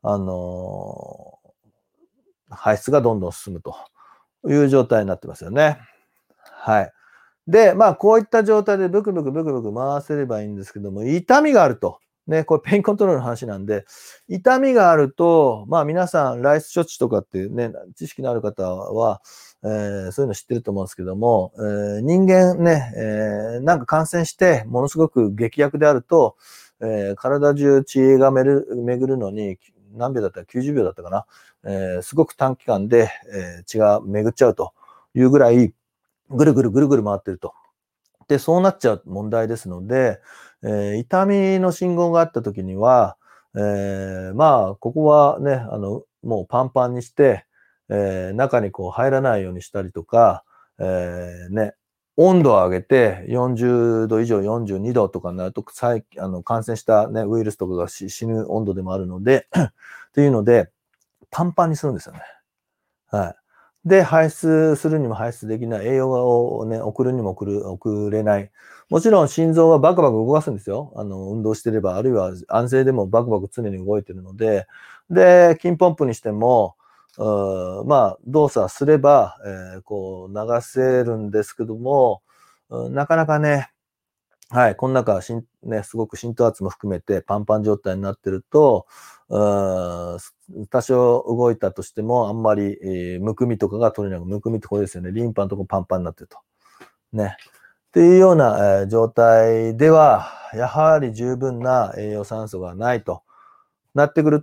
排出がどんどん進むという状態になってますよね。はい。で、まあ、こういった状態でブクブクブクブク回せればいいんですけども、痛みがあると。ね、これペインコントロールの話なんで、痛みがあると、まあ皆さん、ライス処置とかっていうね、知識のある方は、そういうの知ってると思うんですけども、人間ね、なんか感染して、ものすごく劇薬であると、体中血が巡るのに、何秒だったら90秒だったかな、すごく短期間で、血が巡っちゃうというぐらい、ぐるぐるぐるぐる回ってると。で、そうなっちゃう問題ですので、痛みの信号があった時には、まあ、ここはね、もうパンパンにして、中にこう入らないようにしたりとか、ね、温度を上げて40度以上42度とかになると、感染したね、ウイルスとかが死ぬ温度でもあるので、っていうので、パンパンにするんですよね。はい。で、排出するにも排出できない、栄養をね、送るにも送れない。もちろん心臓はバクバク動かすんですよ。運動してれば、あるいは安静でもバクバク常に動いてるので、で、筋ポンプにしても、まあ、動作すれば、こう流せるんですけども、なかなかね、はい、この中ね、すごく浸透圧も含めてパンパン状態になってると、多少動いたとしても、あんまり、むくみとかが取れない。むくみってこれですよね。リンパのとこパンパンになってると。ね。っていうような、状態では、やはり十分な栄養酸素がないとなってくる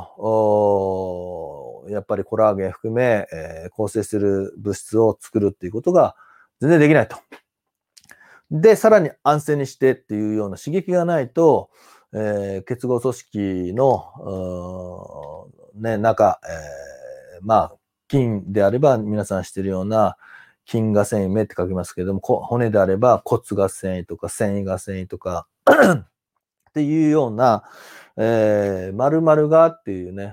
と、やっぱりコラーゲン含め、構成する物質を作るっていうことが全然できないと。で、さらに安静にしてっていうような刺激がないと、結合組織の、ね、中、まあ、筋であれば皆さん知ってるような筋が繊維、目って書きますけれども、骨であれば骨が繊維とか繊維が繊維とかっていうような、〇〇がっていうね、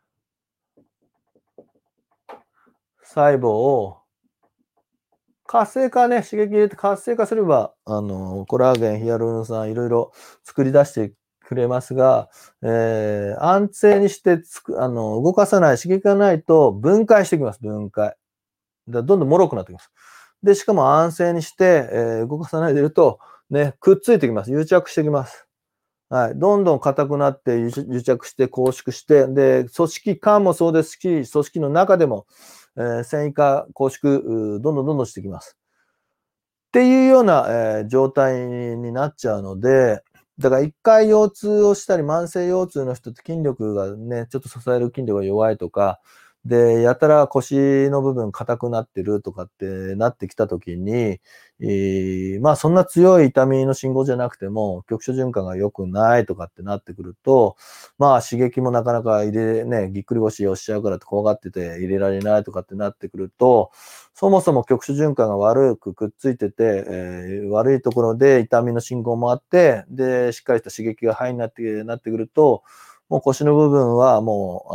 細胞を活性化ね、刺激入れて活性化すれば、コラーゲン、ヒアルロン酸、いろいろ作り出してくれますが、安静にして動かさない、刺激がないと分解してきます、分解。どんどん脆くなってきます。で、しかも安静にして、動かさないでいると、ね、くっついてきます。癒着してきます。はい。どんどん硬くなって癒着して拘縮して、で、組織間もそうですし、組織の中でも、繊維化、拘縮、どんどんどんどんしてきます。っていうような、状態になっちゃうので、だから一回腰痛をしたり、慢性腰痛の人って筋力がね、ちょっと支える筋力が弱いとか、 で、やたら腰の部分硬くなってるとかってなってきたときに、まあそんな強い痛みの信号じゃなくても、局所循環が良くないとかってなってくると、まあ刺激もなかなかぎっくり腰をしちゃうからって怖がってて入れられないとかってなってくると、そもそも局所循環が悪くくっついてて、悪いところで痛みの信号もあって、で、しっかりした刺激がなってくると、もう腰の部分はも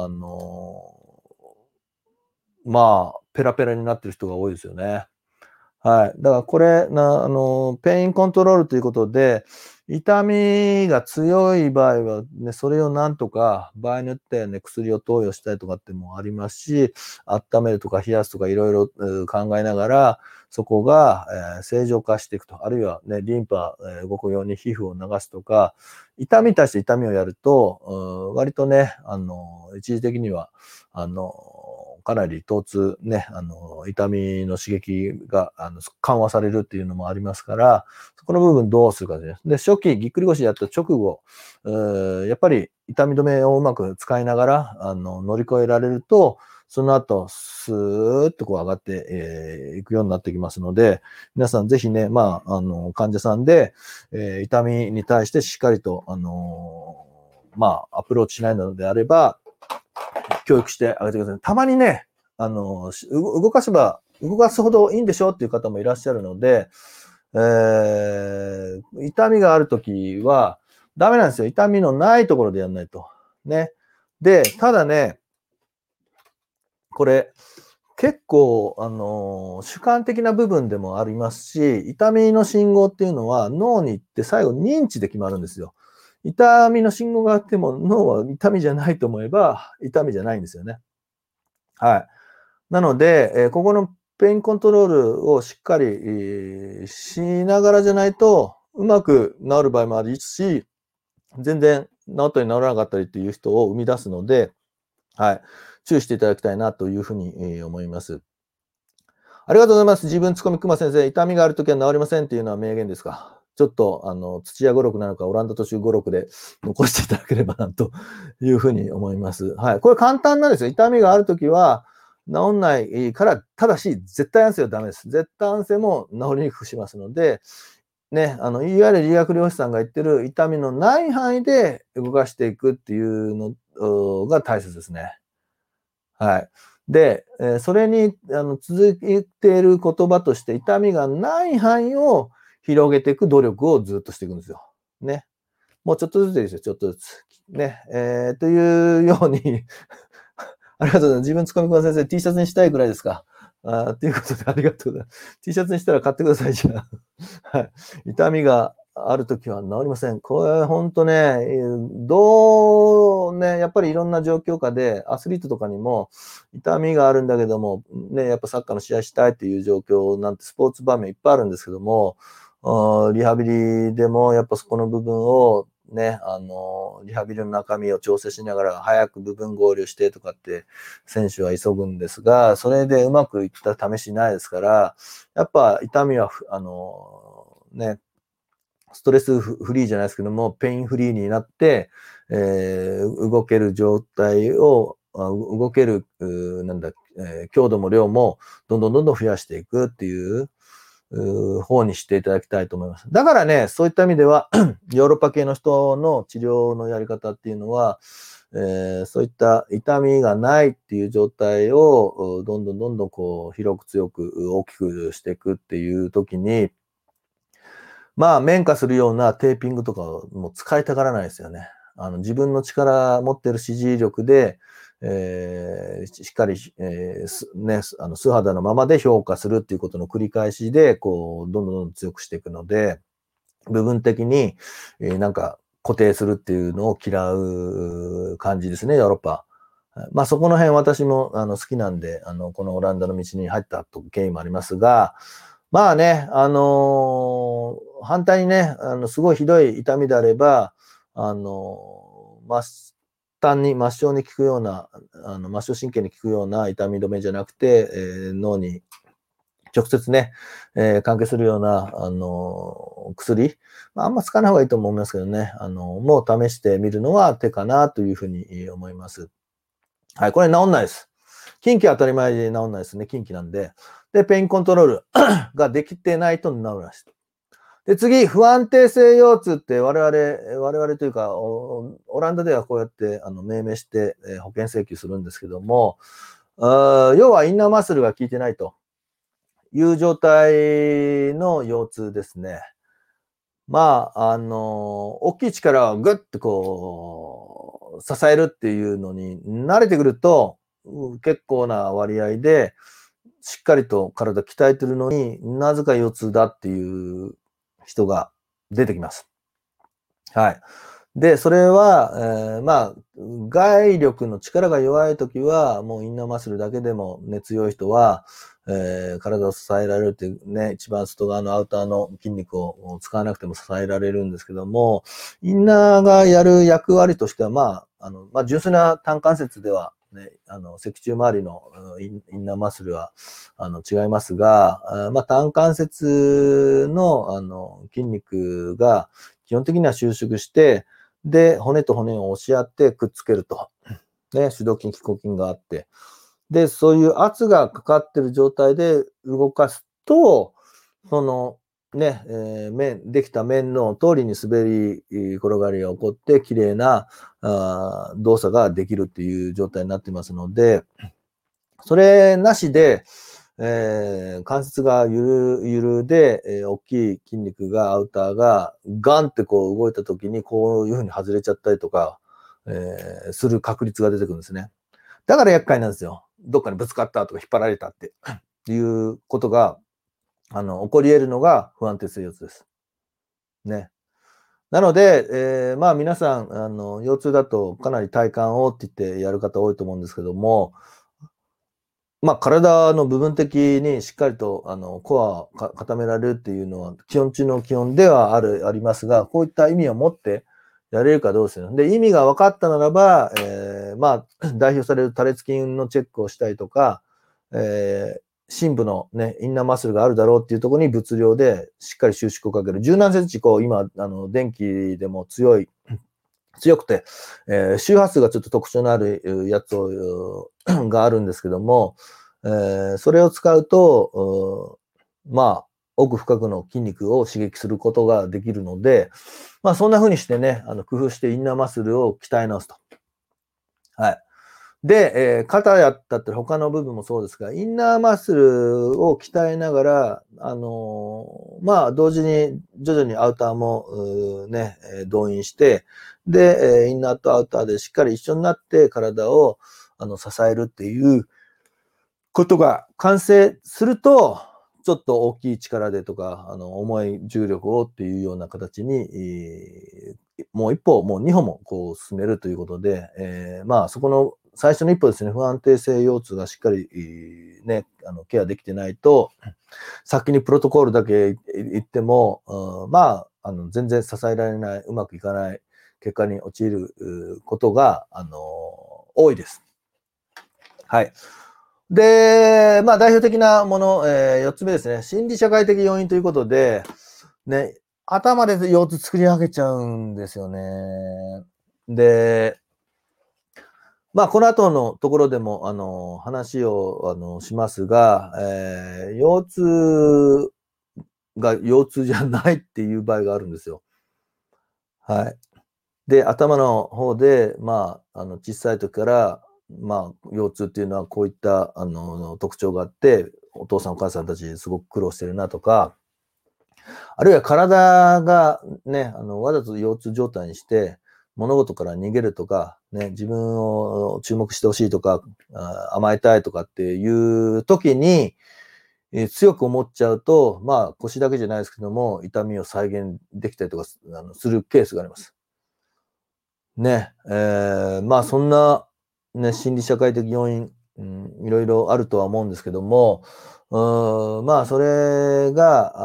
う、まあ、ペラペラになってる人が多いですよね。はい。だからこれ、ペインコントロールということで、痛みが強い場合はね、それをなんとか、場合によってはね、薬を投与したりとかってもありますし、温めるとか冷やすとかいろいろ考えながら、そこが、正常化していくと。あるいはね、リンパ、動くように皮膚を流すとか、痛みに対して痛みをやると、割とね、一時的には、かなり疼痛ね、痛みの刺激が緩和されるっていうのもありますから、そこの部分どうするかです。で、初期、ぎっくり腰やった直後、やっぱり痛み止めをうまく使いながら、乗り越えられると、その後、スーッとこう上がっていくようになってきますので、皆さんぜひね、まあ、患者さんで、痛みに対してしっかりと、まあ、アプローチしないのであれば、教育してあげてください。たまにね、動かすほどいいんでしょっていう方もいらっしゃるので、痛みがあるときは、ダメなんですよ。痛みのないところでやんないと。ね。で、ただね、これ、結構、主観的な部分でもありますし、痛みの信号っていうのは脳に行って最後認知で決まるんですよ。痛みの信号があっても脳は痛みじゃないと思えば痛みじゃないんですよね。はい。なので、ここのペインコントロールをしっかり、しながらじゃないと、うまく治る場合もあるし、全然治ったり治らなかったりっていう人を生み出すので、はい。注意していただきたいなというふうに思います。ありがとうございます。自分ツッコミくま先生、痛みがあるときは治りませんっていうのは名言ですか。ちょっと、土屋語録なのか、オランダ都市語録で残していただければな、というふうに思います。はい。これ簡単なんですよ。痛みがあるときは、治んないから、ただし、絶対安静はダメです。絶対安静も治りにくくしますので、ね、いわゆる理学療師さんが言ってる痛みのない範囲で動かしていくっていうのが大切ですね。はい。で、それに続いている言葉として、痛みがない範囲を広げていく努力をずっとしていくんですよ。ね。もうちょっとずつでいいですよ、ちょっとずつ。ね。というようにありがとうございます。自分つかみくだ先生、T シャツにしたいくらいですか。ということでありがとうございます。T シャツにしたら買ってください、じゃあ。はい。痛みがあるときは治りません。これほんとね、やっぱりいろんな状況下で、アスリートとかにも、痛みがあるんだけども、ね、やっぱサッカーの試合したいっていう状況なんてスポーツ場面いっぱいあるんですけども、リハビリでもやっぱそこの部分をね、リハビリの中身を調整しながら早く部分合流してとかって選手は急ぐんですが、それでうまくいった試しないですから、やっぱ痛みは、ね、ストレスフリーじゃないですけども、ペインフリーになって、動ける状態を、動ける、強度も量もどんどん増やしていくっていう方にしていただきたいと思います。だからね、そういった意味では、ヨーロッパ系の人の治療のやり方っていうのは、そういった痛みがないっていう状態を、どんどんこう、広く強く大きくしていくっていう時に、まあ、綿化するようなテーピングとかも使いたがらないですよね。自分の力、持ってる支持力で、しっかり、素肌のままで評価するっていうことの繰り返しで、こう、どんどん強くしていくので、部分的に、なんか固定するっていうのを嫌う感じですね、ヨーロッパ。まあそこの辺私も好きなんで、このオランダの道に入った経緯もありますが、まあね、反対にね、すごいひどい痛みであれば、末梢に効くような、末梢神経に効くような痛み止めじゃなくて、脳に直接ね、関係するような、薬、あんま使わない方がいいと思いますけどね、もう試してみるのは手かなというふうに思います。はい、これ治んないです。 近畿は当たり前で治んないですね。近畿なんで。で、ペインコントロールができてないと治るらしい。で、次、不安定性腰痛って我々というか、オランダではこうやって命名して、保険請求するんですけども、要はインナーマッスルが効いてないという状態の腰痛ですね。まあ、大きい力をグッとこう、支えるっていうのに慣れてくると、結構な割合で、しっかりと体鍛えてるのになぜか腰痛だっていう人が出てきます。はい。で、それは、まあ、外力の力が弱いときは、もうインナーマッスルだけでも強い人は、体を支えられるっていうね、一番外側のアウターの筋肉を使わなくても支えられるんですけども、インナーがやる役割としては、まあ、純粋な単関節では、ね、脊柱周りのインナーマッスルは、違いますが、まあ、単関節の、筋肉が基本的には収縮して、で、骨と骨を押し合ってくっつけると。ね、主導筋、腓骨筋があって。で、そういう圧がかかってる状態で動かすと、その、ね、できた面の通りに滑り、転がりが起こって、綺麗な動作ができるっていう状態になってますので、それなしで、関節がゆるで、大きい筋肉が、アウターがガンってこう動いた時にこういう風に外れちゃったりとか、する確率が出てくるんですね。だから厄介なんですよ。どっかにぶつかったとか引っ張られたっていうことが、起こり得るのが不安定性腰痛です。ね。なので、まあ皆さん、腰痛だとかなり体幹をって言ってやる方多いと思うんですけども、まあ、体の部分的にしっかりと、コアを固められるっていうのは、基本中の基本ではありますが、こういった意味を持ってやれるかどうですよ。で、意味が分かったならば、まあ、代表される多裂筋のチェックをしたりとか、深部のね、インナーマッスルがあるだろうっていうところに物量でしっかり収縮をかける。柔軟接地、こう、今、電気でも強くて、周波数がちょっと特徴のあるやつがあるんですけども、それを使うと、まあ、奥深くの筋肉を刺激することができるので、まあ、そんな風にしてね、工夫してインナーマッスルを鍛え直すと。はい。で、肩やったって他の部分もそうですが、インナーマッスルを鍛えながら、まあ、同時に徐々にアウターも、ね、動員して、で、インナーとアウターでしっかり一緒になって体を、支えるっていうことが完成すると、ちょっと大きい力でとか、重い重力をっていうような形に、もう一歩、もう二歩もこう進めるということで、まあそこの最初の一歩ですね、不安定性腰痛がしっかり、ね、ケアできてないと、先にプロトコールだけ言っても、まあ、全然支えられない、うまくいかない結果に陥ることが、多いです。はい。で、まあ代表的なもの、4つ目ですね。心理社会的要因ということで、ね、頭で腰痛作り上げちゃうんですよね。で、まあこの後のところでも、話を、しますが、腰痛が腰痛じゃないっていう場合があるんですよ。はい。で、頭の方で、まあ、小さい時から、まあ、腰痛っていうのはこういった、特徴があって、お父さんお母さんたちすごく苦労してるなとか、あるいは体がね、わざと腰痛状態にして、物事から逃げるとか、ね、自分を注目してほしいとか、甘えたいとかっていう時に、強く思っちゃうと、まあ腰だけじゃないですけども、痛みを再現できたりとかするケースがあります。ね、まあそんな、ね、心理社会的要因、いろいろあるとは思うんですけども、まあそれが、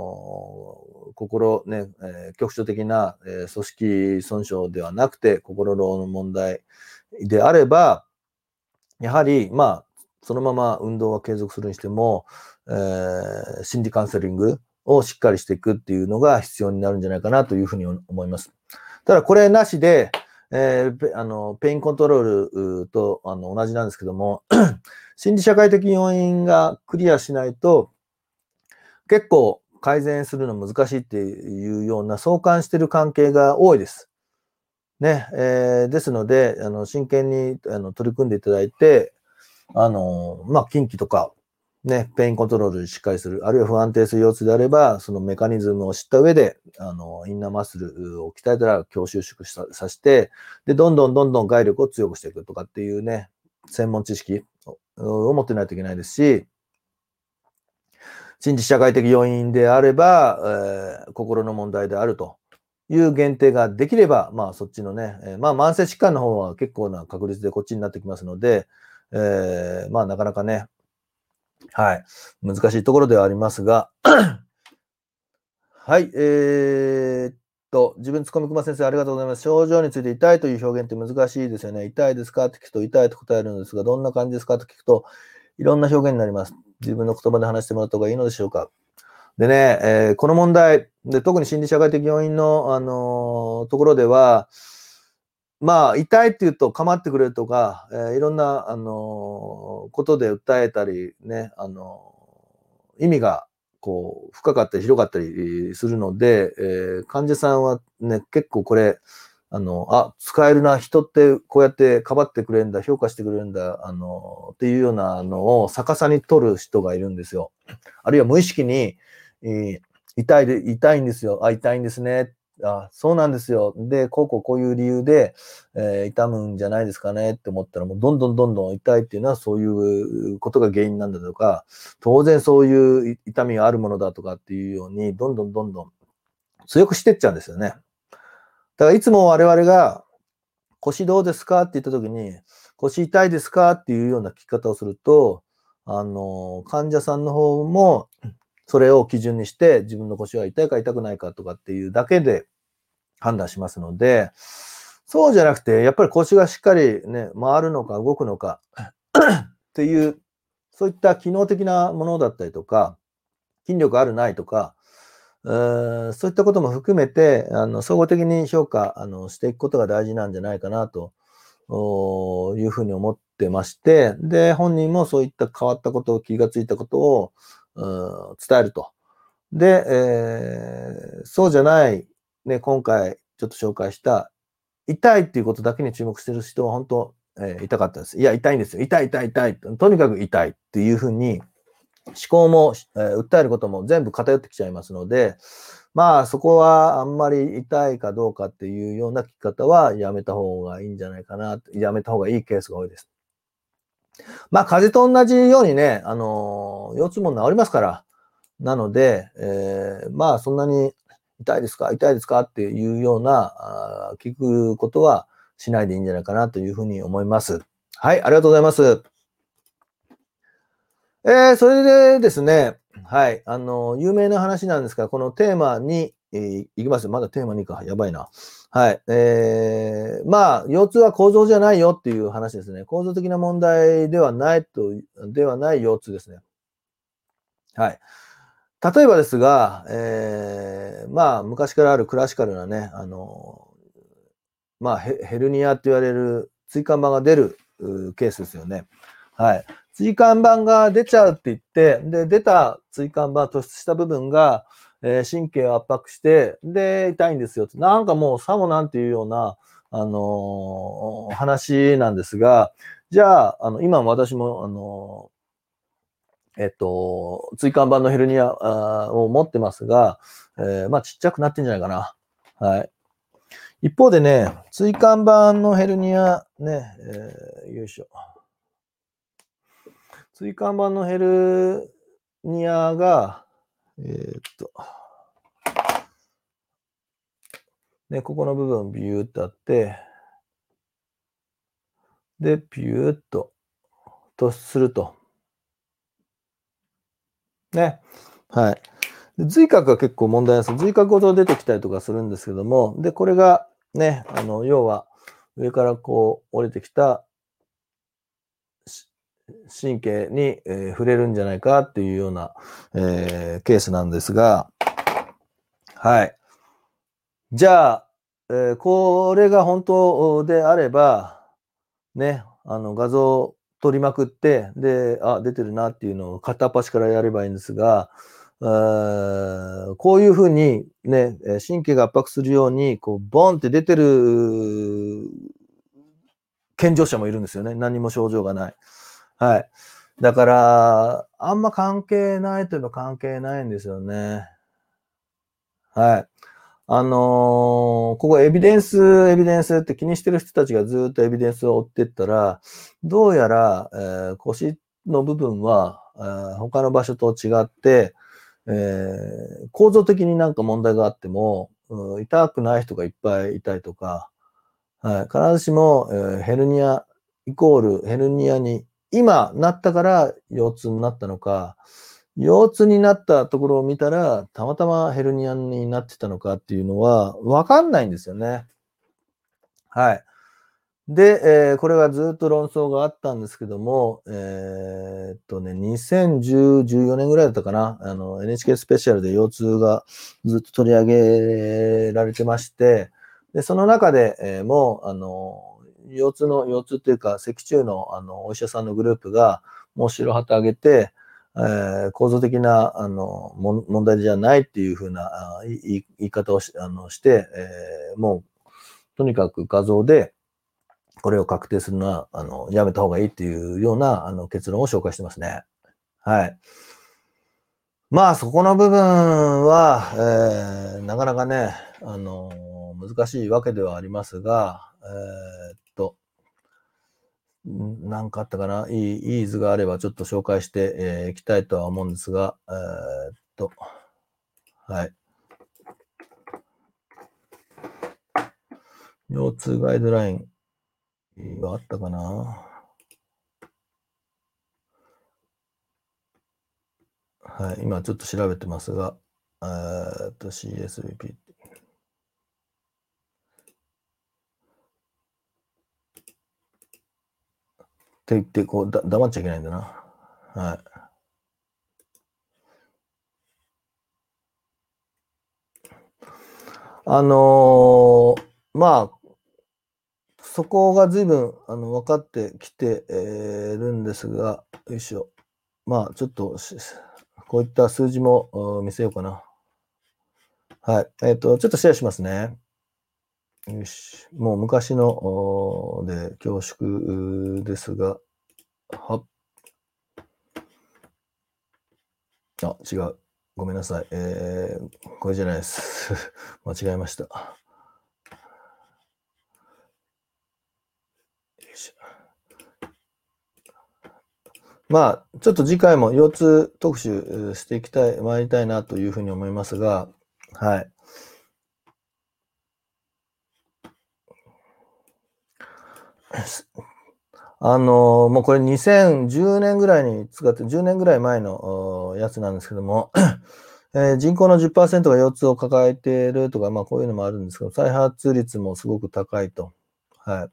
心ね、局所的な、組織損傷ではなくて、心の問題であれば、やはり、まあ、そのまま運動は継続するにしても、心理カウンセリングをしっかりしていくっていうのが必要になるんじゃないかなというふうに思います。ただこれなしで、 ペインコントロールと同じなんですけども、心理社会的要因がクリアしないと、結構改善するの難しいっていうような相関している関係が多いです。ね、ですので、真剣に取り組んでいただいて、近畿とか、ね、ペインコントロールしっかりする、あるいは不安定性腰痛であれば、そのメカニズムを知った上で、インナーマッスルを鍛えたら強収縮させて、で、どんどん外力を強くしていくとかっていうね、専門知識を持ってないといけないですし、心理社会的要因であれば、心の問題であるという限定ができれば、そっちのね、慢性疾患の方は結構な確率でこっちになってきますので、なかなかね、はい、難しいところではありますが、はい、自分ツッコミくま先生ありがとうございます。症状について痛いという表現って難しいですよね。痛いですかって聞くと痛いと答えるんですが、どんな感じですかと聞くと、いろんな表現になります。自分の言葉で話してもらった方がいいのでしょうか。でね、この問題で、特に心理社会的要因の、ところでは、痛いって言うと構ってくれるとか、いろんな、ことで訴えたりね、意味がこう深かったり広かったりするので、患者さんはね、結構これ、使えるな、人ってこうやってかばってくれるんだ、評価してくれるんだ、っていうようなのを逆さに取る人がいるんですよ。あるいは無意識に、痛いんですよ。痛いんですね。そうなんですよ。で、こういう理由で、痛むんじゃないですかねって思ったら、もうどんどん痛いっていうのはそういうことが原因なんだとか、当然そういう痛みがあるものだとかっていうように、どんどん強くしてっちゃうんですよね。だからいつも我々が腰どうですかって言った時に、腰痛いですかっていうような聞き方をすると、患者さんの方もそれを基準にして自分の腰は痛いか痛くないかとかっていうだけで判断しますので、そうじゃなくて、やっぱり腰がしっかりね、回るのか動くのかっていう、そういった機能的なものだったりとか、筋力あるないとか、そういったことも含めて、総合的に評価していくことが大事なんじゃないかなというふうに思ってまして、で、本人もそういった変わったことを気がついたことを伝えると。で、そうじゃない、ね、今回ちょっと紹介した痛いっていうことだけに注目してる人は本当、痛かったです。いや、痛いんですよ。痛い。とにかく痛いっていうふうに思考も、訴えることも全部偏ってきちゃいますので、そこはあんまり痛いかどうかっていうような聞き方はやめた方がいいんじゃないかな、やめた方がいいケースが多いです。風邪と同じようにね、腰痛も治りますから。なので、そんなに痛いですかっていうような、聞くことはしないでいいんじゃないかなというふうに思います。はい、ありがとうございます。それでですね、はい、有名な話なんですが、このテーマに、いきます。まだテーマ2か、やばいな。はい。腰痛は構造じゃないよっていう話ですね。構造的な問題ではない腰痛ですね。はい。例えばですが、昔からあるクラシカルなね、ヘルニアって言われる椎間板が出るケースですよね。はい。椎間板が出ちゃうって言って、で、出た椎間板、突出した部分が、神経を圧迫して、で、痛いんですよ。なんかもうさもなんていうような、話なんですが、じゃあ、今私も、椎間板のヘルニアを持ってますが、ちっちゃくなってんじゃないかな。はい。一方でね、椎間板のヘルニア、ね、よいしょ。椎間板のヘルニアが、ここの部分ビューってあって、で、ピューっと突出すると。ね。はい。髄核が結構問題なんです。髄核ごと出てきたりとかするんですけども、で、これがね、要は上からこう降りてきた神経に、触れるんじゃないかっていうような、ケースなんですが、はい。じゃあ、 これが本当であれば、ね、画像撮りまくって、で、あ、出てるなっていうのを片っ端からやればいいんですが、こういう風にね、神経が圧迫するように、こう、ボンって出てる健常者もいるんですよね。何も症状がない。はい。だから、あんま関係ないといえば関係ないんですよね。はい。ここエビデンスって気にしてる人たちがずっとエビデンスを追ってったら、どうやら、腰の部分は、他の場所と違って、構造的になんか問題があっても、痛くない人がいっぱいいたりとか、はい、必ずしも、ヘルニアイコールヘルニアに今なったから腰痛になったのか、腰痛になったところを見たら、たまたまヘルニアになってたのかっていうのはわかんないんですよね。はい。で、これがずっと論争があったんですけども、2010、14年ぐらいだったかな、NHK スペシャルで腰痛がずっと取り上げられてまして、で、その中で、もう、腰痛っていうか、脊柱の、お医者さんのグループが、もう白旗上げて、構造的な、問題じゃないっていうふうな、言い方をして、もう、とにかく画像で、これを確定するのは、やめた方がいいっていうような、結論を紹介してますね。はい。まあ、そこの部分は、なかなかね、難しいわけではありますが、なんかあったかな、いい図があればちょっと紹介していきたいとは思うんですが、はい。腰痛ガイドラインがあったかな。はい、今ちょっと調べてますが、CSBP。って言って、こう、黙っちゃいけないんだな。はい。まあ、そこが随分、分かってきて、るんですが、よいしょ。まあ、ちょっと、こういった数字も見せようかな。はい。ちょっとシェアしますね。よし。もう昔ので恐縮ですが、はっ。あ、違う。ごめんなさい。これじゃないです。間違えました。よいしょ。まあ、ちょっと次回も腰痛特集して参りたいなというふうに思いますが、はい。もうこれ2010年ぐらいに使って、10年ぐらい前のやつなんですけども、人口の 10% が腰痛を抱えているとか、まあこういうのもあるんですけど、再発率もすごく高いと。はい。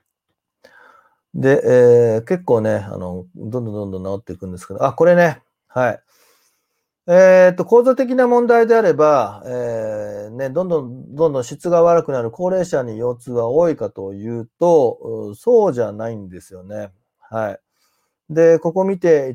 で、結構ね、どんどんどんどん治っていくんですけど、あ、これね、はい。構造的な問題であれば、ね、どんどんどんどん質が悪くなる高齢者に腰痛は多いかというと、そうじゃないんですよね。はい。で、ここ見て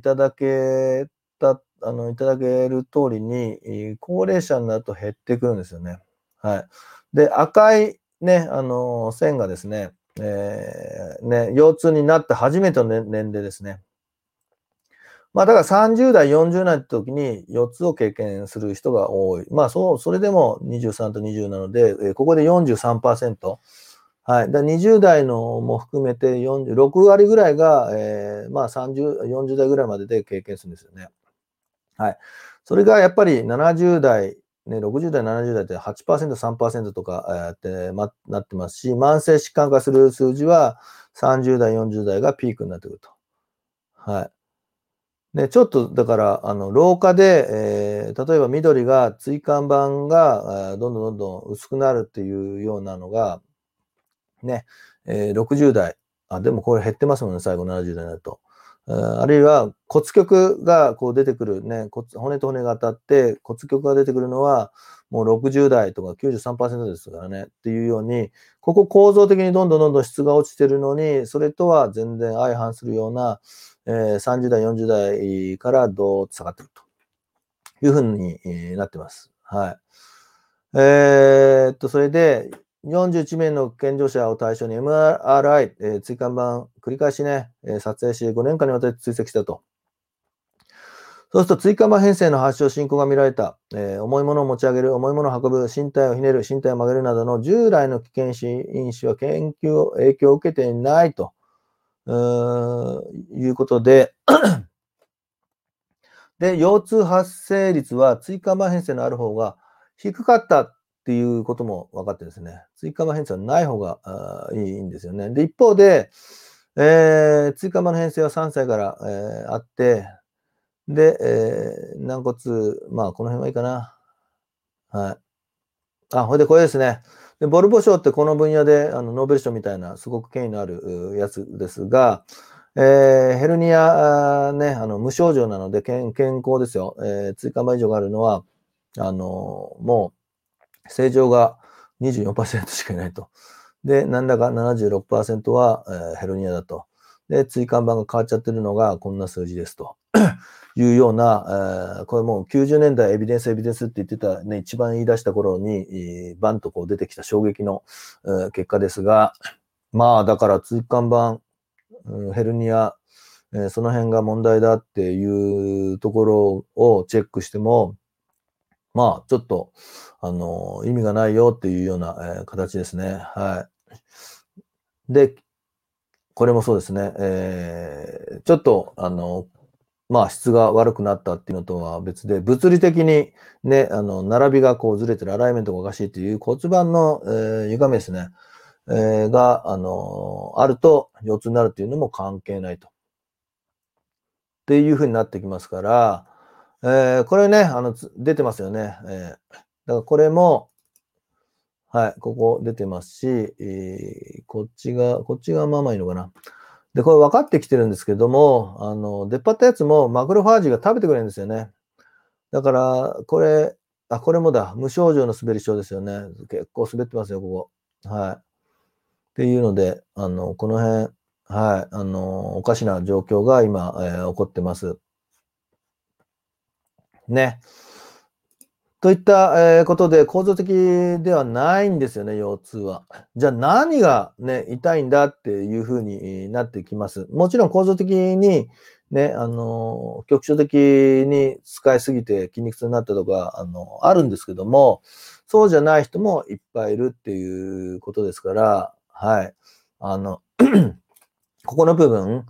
いただける通りに、高齢者になると減ってくるんですよね。はい。で、赤いね、線がですね、ね、腰痛になって初めての年齢ですね。まあ、だから30代、40代って時に4つを経験する人が多い。まあ、それでも23と20なので、ここで43%。はい。20代のも含めて6割ぐらいが、まあ30、40代ぐらいまでで経験するんですよね。はい。それがやっぱり70代、ね、60代、70代って8%、3%とか、なってますし、慢性疾患化する数字は30代、40代がピークになってくると。はい。で、ちょっとだから、老化で、例えば緑が椎間板が、どんどんどんどん薄くなるっていうようなのが、ね、60代、あ、でもこれ減ってますもんね、最後70代になると。 あるいは骨極がこう出てくるね、骨と骨が当たって骨極が出てくるのはもう60代とか 93% ですからねっていうように、ここ構造的にどんどん質が落ちてるのに、それとは全然相反するような、30代、40代からどーっと下がってるというふうになってます。はい。それで、41名の健常者を対象に MRI、椎間板繰り返しね、撮影し、5年間にわたって追跡したと。そうすると、椎間板変性の発症進行が見られた、重いものを持ち上げる、重いものを運ぶ、身体をひねる、身体を曲げるなどの従来の危険因子は影響を受けていないということで、で、腰痛発生率は椎間板変性のある方が低かったっていうことも分かってですね、椎間板変性はない方がいいんですよね。で、一方で、椎間板の変性は3歳から、あって、で、軟骨、まあ、この辺はいいかな。はい。ほいでこれですね。で、ボルボ賞ってこの分野でノーベル賞みたいなすごく権威のあるやつですが、ヘルニアね、無症状なので健康ですよ。椎間板異常があるのは、もう正常が 24% しかいないと。で、何らか 76% は、ヘルニアだと。で、椎間板が変わっちゃってるのがこんな数字ですと。いうような、これもう90年代エビデンスって言ってたね、一番言い出した頃に、バンとこう出てきた衝撃の、結果ですが、まあだから椎間板、ヘルニア、その辺が問題だっていうところをチェックしても、まあちょっと、意味がないよっていうような、形ですね。はい。で、これもそうですね。ちょっと、まあ、質が悪くなったっていうのとは別で、物理的にね、並びがこうずれてる、アライメントがおかしいっていう骨盤の、歪みですね、が、あると腰痛になるっていうのも関係ないと。っていうふうになってきますから、これね、出てますよね。だからこれも、はい、ここ出てますし、こっちがまあまあいいのかな。で、これ分かってきてるんですけども、出っ張ったやつもマクロファージが食べてくれるんですよね。だから、これもだ、無症状の滑り症ですよね。結構滑ってますよ、ここ。はい。っていうので、この辺、はい、おかしな状況が今、起こってます。ね。といった、ことで、構造的ではないんですよね、腰痛は。じゃあ何がね、痛いんだっていう風になってきます。もちろん構造的にね、局所的に使いすぎて筋肉痛になったとか、あるんですけども、そうじゃない人もいっぱいいるっていうことですから、はい。ここの部分、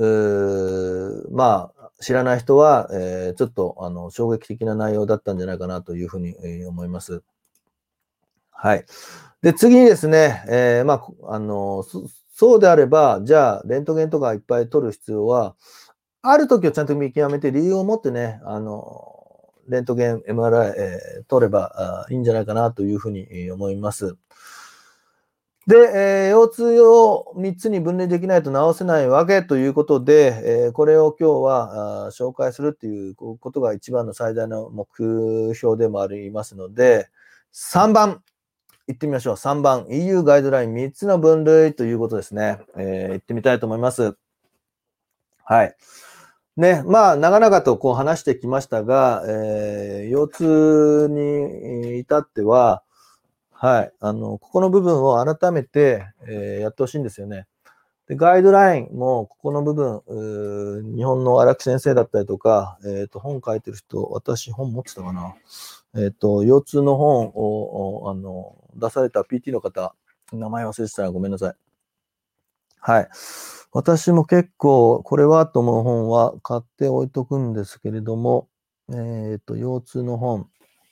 まあ、知らない人は、ちょっと衝撃的な内容だったんじゃないかなというふうに、思います。はい。で、次にですね、まあ、そうであれば、じゃあ、レントゲンとかいっぱい取る必要は、ある時をちゃんと見極めて、理由を持ってね、レントゲン、MRI、取ればいいんじゃないかなというふうに思います。で、腰痛を3つに分類できないと治せないわけということで、これを今日は紹介するっていうことが一番の最大の目標でもありますので、3番いってみましょう。3番 EU ガイドライン3つの分類ということですね。いってみたいと思います。はい。ね、まあ、長々とこう話してきましたが、腰痛に至っては、はい。ここの部分を改めて、やってほしいんですよね。で、ガイドラインも、ここの部分、日本の荒木先生だったりとか、本書いてる人、私本持ってたかな。腰痛の本を、出された PT の方、名前忘れてたらごめんなさい。はい。私も結構、これはと思う本は買って置いとくんですけれども、腰痛の本、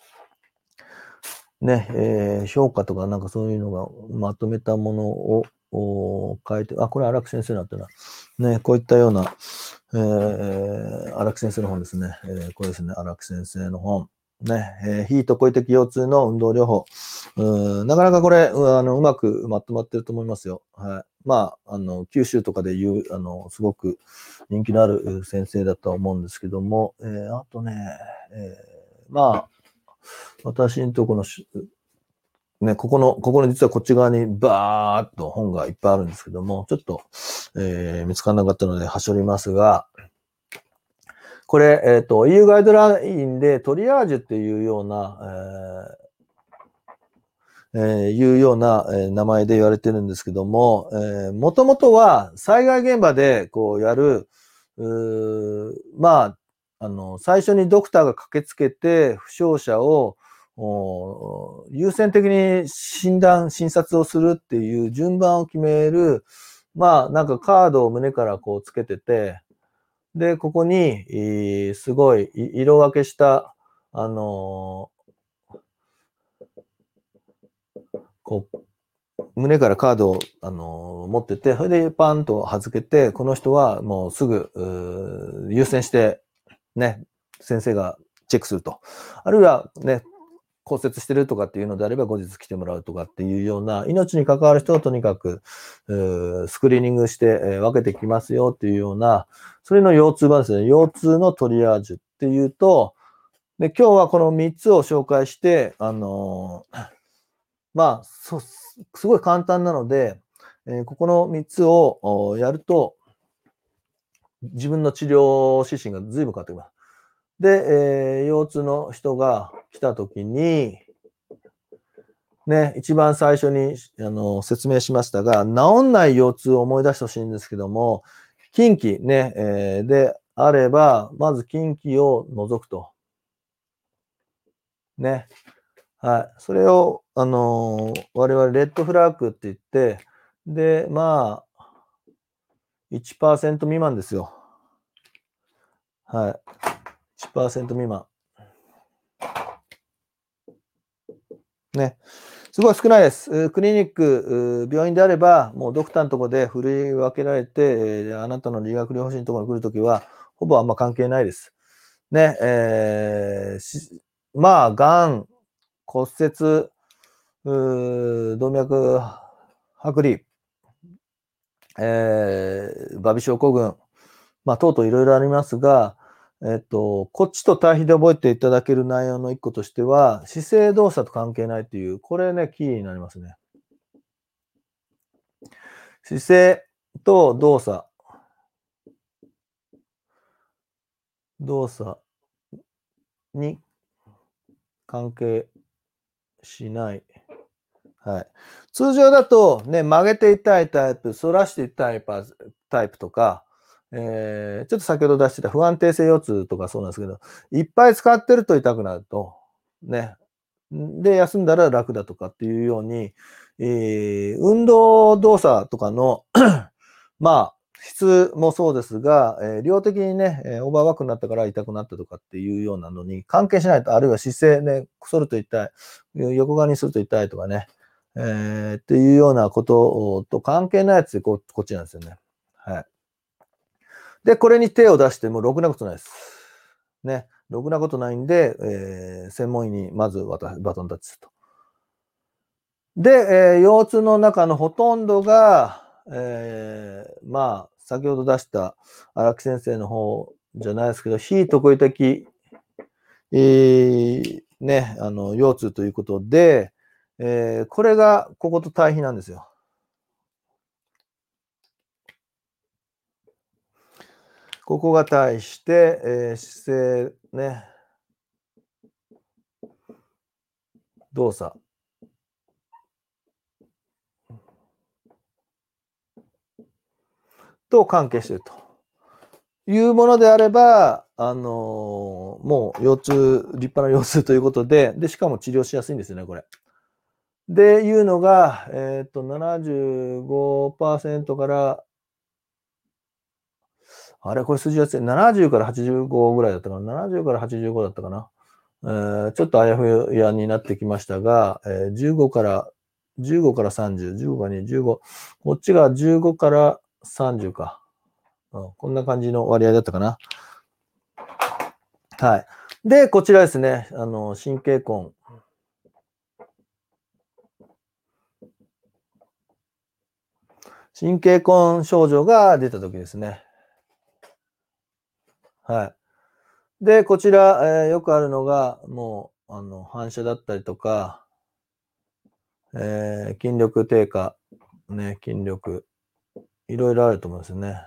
ね、評価とかなんかそういうのがまとめたものを書いて、これ荒木先生だったな。ね、こういったような、荒木先生の本ですね。これですね、荒木先生の本。 ね、非特異的腰痛の運動療法。なかなかこれ、うまくまとまってると思いますよ。はい。まあ、九州とかでいう、すごく人気のある先生だとは思うんですけども、あとね、まあ、私のとこのね、ここの実はこっち側にバーっと本がいっぱいあるんですけども、ちょっと、見つからなかったので端折りますが、これ、EU ガイドラインでトリアージュっていうような、いうような、名前で言われてるんですけども、もともとは災害現場でこうやる、まあ、最初にドクターが駆けつけて負傷者を優先的に診察をするっていう順番を決める、まあ、なんかカードを胸からこうつけてて、で、ここに、すごい色分けした、こう、胸からカードを、持ってて、それでパンと預けて、この人はもうすぐ、優先して、ね、先生がチェックすると。あるいはね、骨折してるとかっていうのであれば後日来てもらうとかっていうような、命に関わる人をとにかく、スクリーニングして、分けてきますよっていうような、それの腰痛版ですね。腰痛のトリアージュっていうと、で、今日はこの3つを紹介して、まあ、すごい簡単なので、ここの3つをやると、自分の治療指針が随分変わってきます。で、腰痛の人が来たときに、ね、一番最初に説明しましたが、治んない腰痛を思い出してほしいんですけども、近畿ね、であれば、まず近畿を除くと。ね。はい。それを、我々レッドフラッグって言って、で、まあ、1% 未満ですよ。はい。1% 未満。ね。すごい少ないです。クリニック、病院であれば、もうドクターのところで振り分けられて、あなたの理学療法士のところに来るときは、ほぼあんま関係ないです。ね、まあ、がん、骨折、動脈剥離、バビ症候群、まあ、等々いろいろありますが、こっちと対比で覚えていただける内容の一個としては、姿勢動作と関係ないという、これね、キーになりますね。姿勢と動作に関係しない。はい。通常だとね、曲げて痛いタイプ、反らして痛いタイプとか、ちょっと先ほど出してた不安定性腰痛とかそうなんですけど、いっぱい使ってると痛くなると、ね。で、休んだら楽だとかっていうように、運動動作とかのまあ、質もそうですが、量的にね、オーバーワークになったから痛くなったとかっていうようなのに関係しないと、あるいは姿勢ね、反ると痛い、横側にすると痛いとかね、っていうようなことと関係ないやつでこっちなんですよね。はい。で、これに手を出してもろくなことないです。ね。ろくなことないんで、専門医にまずバトンタッチすると。で、腰痛の中のほとんどが、まあ、先ほど出した荒木先生の方じゃないですけど、非特異的、ね、腰痛ということで、これがここと対比なんですよ。ここが対して、姿勢ね、動作。と関係しているというものであれば、もう腰痛、立派な腰痛ということで、しかも治療しやすいんですよね、これ。で、いうのが、75% から、あれ、これ数字は70から85ぐらいだったかな。70から85だったかな。ちょっとあやふやになってきましたが、15から30、15から25、こっちが15から30か。こんな感じの割合だったかな。はい。 で、こちらですね、神経根。神経根症状が出た時ですね。はい。で、こちら、よくあるのが、もう、反射だったりとか、筋力低下、ね、筋力、いろいろあると思うんですよね。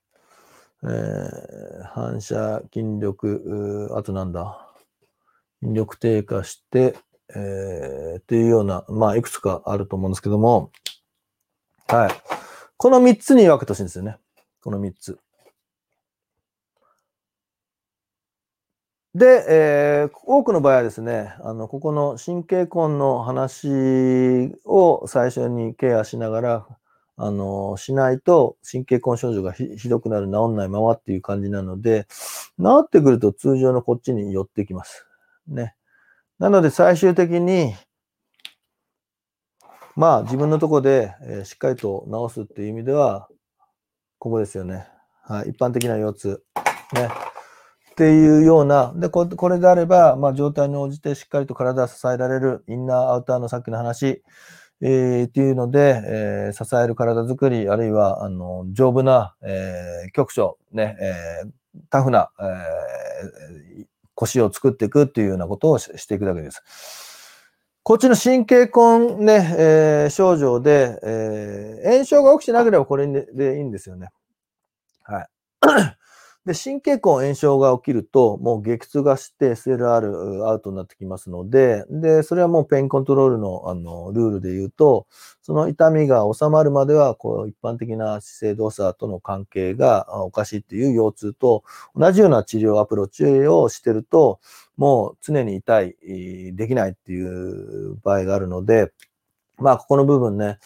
反射、筋力、あとなんだ、筋力低下して、っていうような、まあ、いくつかあると思うんですけども、はい。この3つに分けてほしいんですよね。この3つ。で、多くの場合はですね、ここの神経根の話を最初にケアしながら、しないと神経根症状がひどくなる、治んないままっていう感じなので、治ってくると通常のこっちに寄ってきます。ね。なので最終的に、まあ自分のところで、しっかりと治すっていう意味では、ここですよね。はい。一般的な腰痛。ね。っていうような、で、これであれば、まあ、状態に応じてしっかりと体を支えられる、インナー、アウターのさっきの話、っていうので、支える体づくり、あるいは、丈夫な、局所、ね、タフな、腰を作っていくっていうようなことをしていくだけです。こっちの神経根ね、症状で、炎症が起きてなければこれでいいんですよね。はい。で、神経根炎症が起きると、もう激痛がして SLR アウトになってきますので、で、それはもうペインコントロールの、ルールで言うと、その痛みが収まるまでは、こう、一般的な姿勢動作との関係がおかしいっていう腰痛と、同じような治療アプローチをしてると、もう常に痛い、できないっていう場合があるので、まあ、ここの部分ね、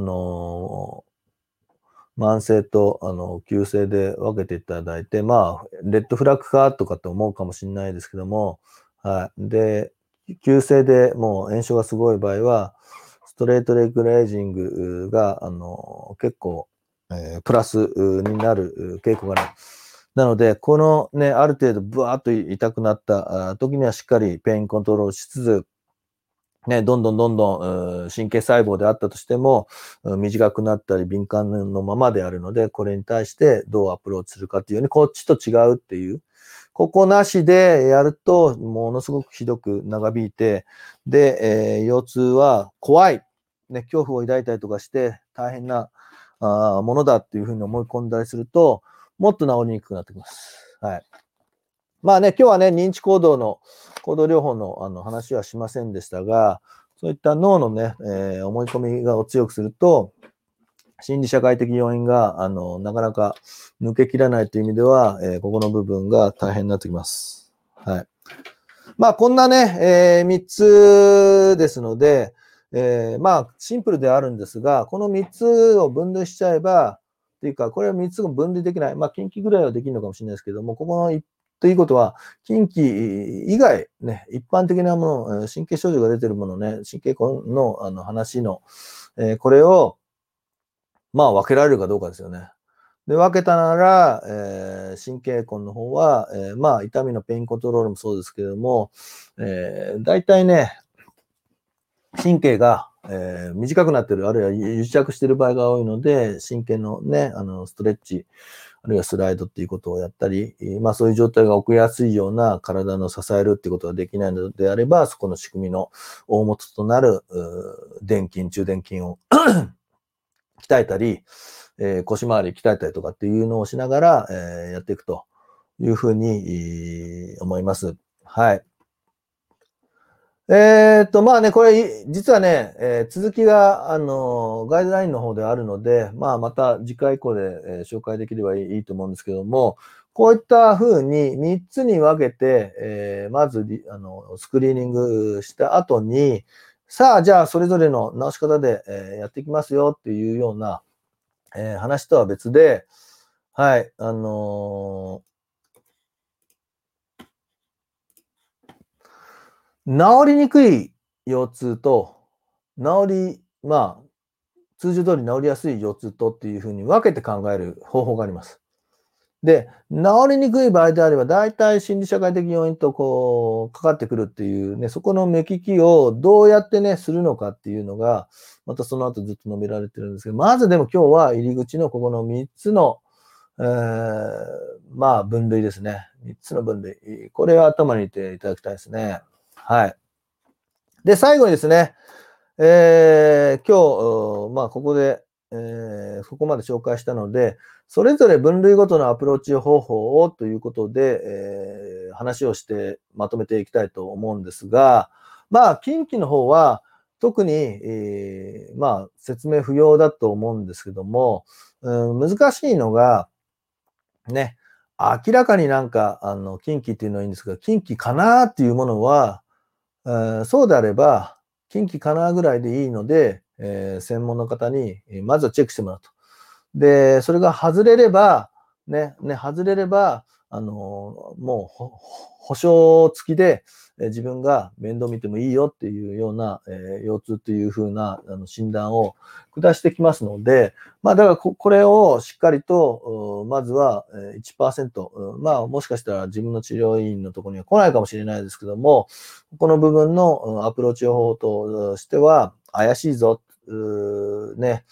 慢性と、急性で分けていただいて、まあ、レッドフラッグかとかって思うかもしれないですけども、はい。で、急性でもう炎症がすごい場合は、ストレートレッグレイジングが、結構、プラスになる傾向がある。なので、このね、ある程度ブワーっと痛くなった時にはしっかりペインコントロールしつつ、ね、どんどん神経細胞であったとしても、短くなったり敏感のままであるので、これに対してどうアプローチするかっていうように、こっちと違うっていう。ここなしでやると、ものすごくひどく長引いて、で、腰痛は怖い、ね、恐怖を抱いたりとかして大変なものだっていうふうに思い込んだりすると、もっと治りにくくなってきます。はい。まあね、今日はね、認知行動療法の話はしませんでしたが、そういった脳のね、思い込みを強くすると、心理社会的要因が、なかなか抜けきらないという意味では、ここの部分が大変になってきます。はい。まあ、こんなね、3つですので、まあ、シンプルであるんですが、この3つを分類しちゃえば、っていうか、これは3つも分類できない。まあ、近畿ぐらいはできるのかもしれないですけども、ここのということは、近畿以外、ね、一般的なもの、神経症状が出てるものね、神経根の話の、これを、まあ、分けられるかどうかですよね。で、分けたなら、神経根の方は、まあ、痛みのペインコントロールもそうですけれども、大体ね、神経が、短くなってる、あるいは癒着してる場合が多いので、神経のね、ストレッチ、あるいはスライドっていうことをやったり、まあそういう状態が起きやすいような体の支えるっていうことができないのであれば、そこの仕組みの大元となる、電筋、中電筋を鍛えたり、腰回り鍛えたりとかっていうのをしながら、やっていくというふうに、思います。はい。まあね、これ、実はね、続きが、ガイドラインの方であるので、まあ、また次回以降で、紹介できればいいと思うんですけども、こういった風に3つに分けて、まずスクリーニングした後に、さあ、じゃあ、それぞれの直し方で、やっていきますよっていうような、話とは別で、はい、治りにくい腰痛と、まあ、通常通り治りやすい腰痛とっていうふうに分けて考える方法があります。 で、治りにくい場合であれば、大体心理社会的要因とこう、かかってくるっていうね、そこの目利きをどうやってね、するのかっていうのが、またその後ずっと述べられてるんですけど、まずでも今日は入り口のここの3つの、まあ分類ですね。3つの分類。これは頭に入れていただきたいですね。はい。で、最後にですね、今日、まあここで、ここまで紹介したので、それぞれ分類ごとのアプローチ方法をということで、話をしてまとめていきたいと思うんですが、まあ、近畿の方は特に、まあ、説明不要だと思うんですけども、難しいのが、ね、明らかになんか、近畿っていうのはいいんですが、近畿かなっていうものは、そうであれば、近畿かなぐらいでいいので、専門の方に、まずはチェックしてもらうと。で、それが外れれば、外れれば、もう保証付きで、自分が面倒見てもいいよっていうような、腰痛っていう風な診断を下してきますので、まあだからこれをしっかりと、まずは 1%、まあもしかしたら自分の治療院のところには来ないかもしれないですけども、この部分のアプローチ方法としては怪しいぞ、ね、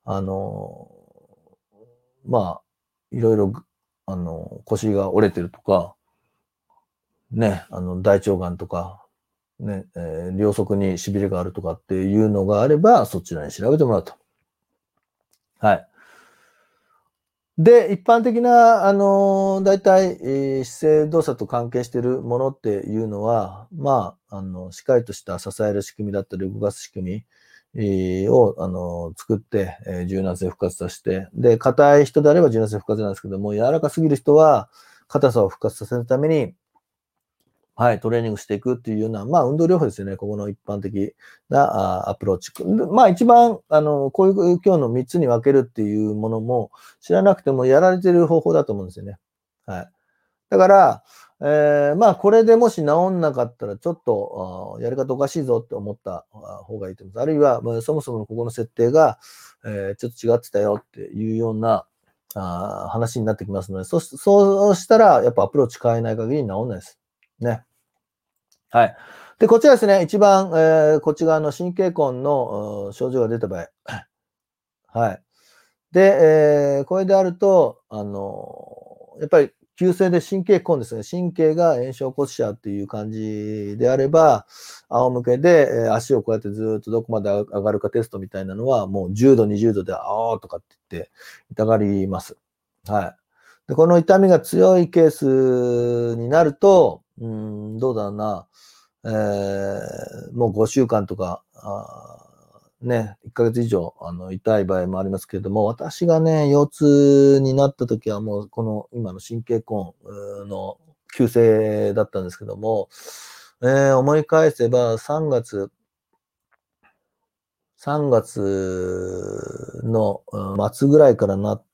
まあ、いろいろ、腰が折れてるとか、ね、大腸がんとか、ね、両側に痺れがあるとかっていうのがあれば、そちらに調べてもらうと。はい。で、一般的な、大体、姿勢動作と関係しているものっていうのは、まあ、しっかりとした支える仕組みだったり、動かす仕組み、を、作って、柔軟性復活させて、で、硬い人であれば柔軟性復活なんですけども、柔らかすぎる人は、硬さを復活させるために、はい、トレーニングしていくっていうような、まあ、運動療法ですよね。ここの一般的なアプローチ。まあ、一番、こういう今日の3つに分けるっていうものも知らなくてもやられてる方法だと思うんですよね。はい。だから、まあ、これでもし治んなかったら、ちょっと、やり方おかしいぞって思った方がいいと思います。あるいは、まあ、そもそものここの設定が、ちょっと違ってたよっていうような話になってきますので、そうしたら、やっぱアプローチ変えない限り治んないです。ね。はい。で、こちらですね、一番、こっち側の神経根の症状が出た場合。はい。で、これであると、やっぱり急性で神経根ですね、神経が炎症を起こしちゃうっていう感じであれば、仰向けで、足をこうやってずっとどこまで上がるかテストみたいなのは、もう10度、20度で、あーとかって言って痛がります。はい。で、この痛みが強いケースになると、どうだろうな、もう5週間とか、ね、1ヶ月以上、痛い場合もありますけれども、私がね、腰痛になった時はもう、この今の神経根の急性だったんですけども、思い返せば3月の末ぐらいからなって、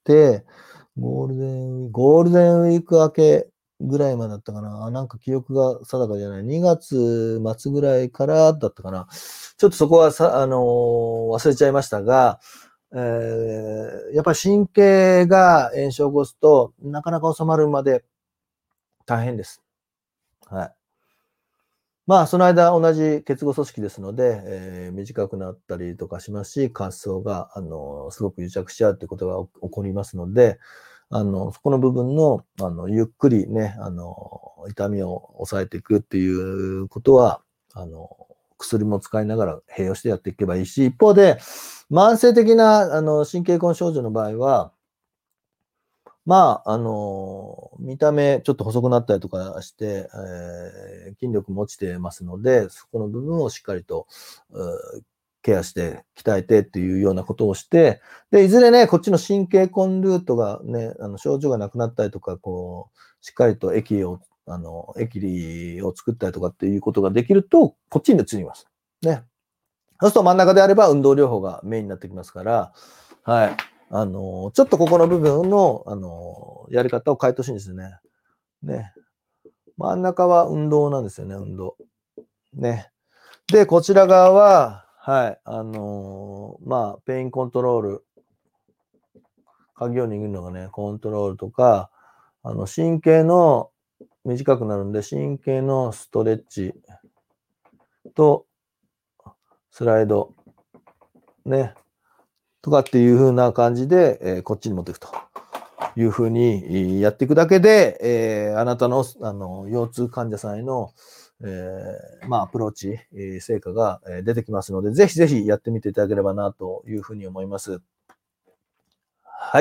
ゴールデンウィーク明けぐらいまでだったかな。なんか記憶が定かじゃない。2月末ぐらいからだったかな。ちょっとそこは忘れちゃいましたが、やっぱり神経が炎症を起こすと、なかなか収まるまで大変です。はい。まあ、その間、同じ結合組織ですので、短くなったりとかしますし、滑走が、すごく癒着しちゃうということが起こりますので、そこの部分の、ゆっくりね、痛みを抑えていくっていうことは、薬も使いながら併用してやっていけばいいし、一方で、慢性的な、神経根症状の場合は、まあ、見た目ちょっと細くなったりとかして、筋力も落ちてますので、そこの部分をしっかりと、ケアして鍛えてっていうようなことをして、で、いずれね、こっちの神経根ルートがね、症状がなくなったりとか、こう、しっかりと液を作ったりとかっていうことができると、こっちに移ります。ね。そうすると真ん中であれば運動療法がメインになってきますから、はい。ちょっとここの部分の、やり方を変えてほしいんですよね。ね。真ん中は運動なんですよね、運動。ね。で、こちら側は、はい。まあ、ペインコントロール。鍵を握るのがね、コントロールとか、 神経の短くなるんで、神経のストレッチとスライド、ね、とかっていう風な感じで、こっちに持っていくという風にやっていくだけで、あなたの、腰痛患者さんへの、アプローチ、成果が出てきますので、ぜひぜひやってみていただければなという風に思います。はい。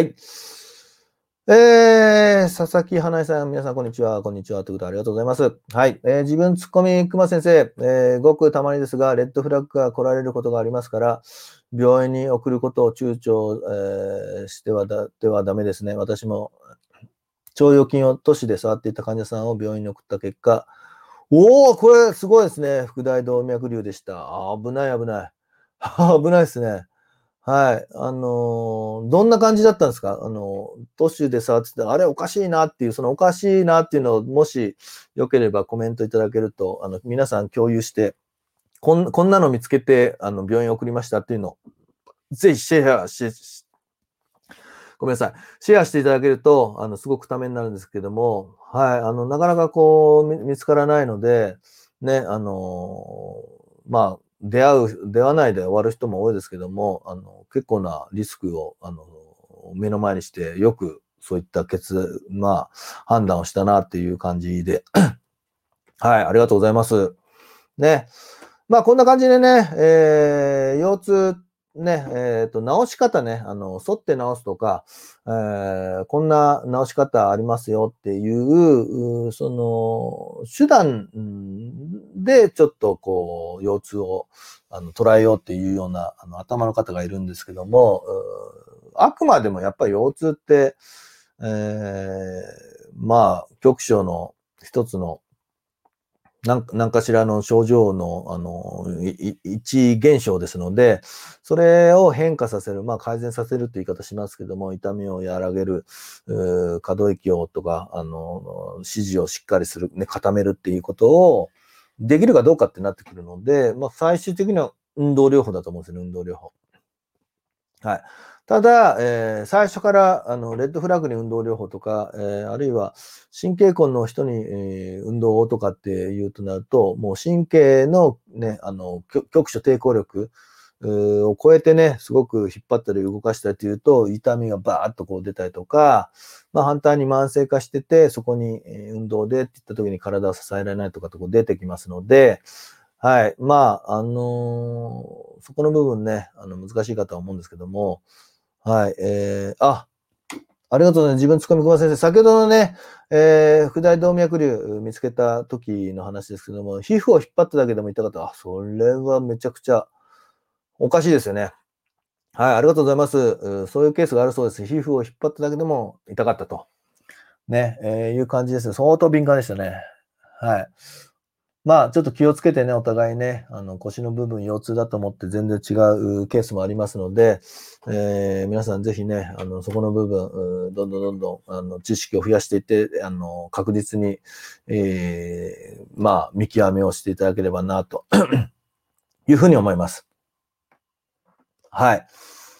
佐々木花江さん、皆さん、こんにちは。こんにちは。ということで、ありがとうございます。はい。自分ツッコミ、熊先生、ごくたまにですが、レッドフラッグが来られることがありますから、病院に送ることを躊躇、してはダメですね。私も、腸腰筋を都市で触っていた患者さんを病院に送った結果、これすごいですね。副大動脈瘤でした。危ない危ない。危ないですね。はい。どんな感じだったんですか？都市で触ってて、あれおかしいなっていう、そのおかしいなっていうのを、もしよければコメントいただけると、皆さん共有して、こんなの見つけて、病院送りましたっていうのを、ぜひシェアし、ごめんなさい。シェアしていただけると、すごくためになるんですけども、はい。なかなかこう、見つからないので、ね、出会わないで終わる人も多いですけども、結構なリスクを、目の前にして、よくそういった判断をしたなっていう感じで、はい、ありがとうございます。ね。こんな感じでね、腰痛、ね、治し方ね、反って治すとか、こんな治し方ありますよっていう、その、手段でちょっとこう、腰痛を捉えようっていうような頭の方がいるんですけども、あくまでもやっぱり腰痛って、局所の一つの何かしらの症状の、一現象ですので、それを変化させる、改善させるという言い方しますけども、痛みを和らげる、可動域をとか、指示をしっかりする、ね、固めるっていうことをできるかどうかってなってくるので、最終的には運動療法だと思うんですよね、運動療法。はい。ただ、最初から、レッドフラッグに運動療法とか、あるいは神経根の人に、運動をとかっていうとなると、もう神経のね、局所抵抗力を超えてね、すごく引っ張ったり動かしたりというと、痛みがバーッとこう出たりとか、反対に慢性化してて、そこに、運動でって言った時に体を支えられないとかとこう出てきますので、はい。そこの部分ね、難しいかとは思うんですけども、はい。ありがとうございます。自分ツッコミ熊先生。先ほどのね、副大動脈瘤見つけた時の話ですけども、皮膚を引っ張っただけでも痛かった。それはめちゃくちゃおかしいですよね。はい、ありがとうございます。そういうケースがあるそうです。皮膚を引っ張っただけでも痛かったと。ね、いう感じですね。相当敏感でしたね。はい。ちょっと気をつけてね、お互いね、腰の部分腰痛だと思って全然違うケースもありますので、皆さんぜひね、そこの部分、どんどん、知識を増やしていって、確実に、見極めをしていただければな、というふうに思います。はい。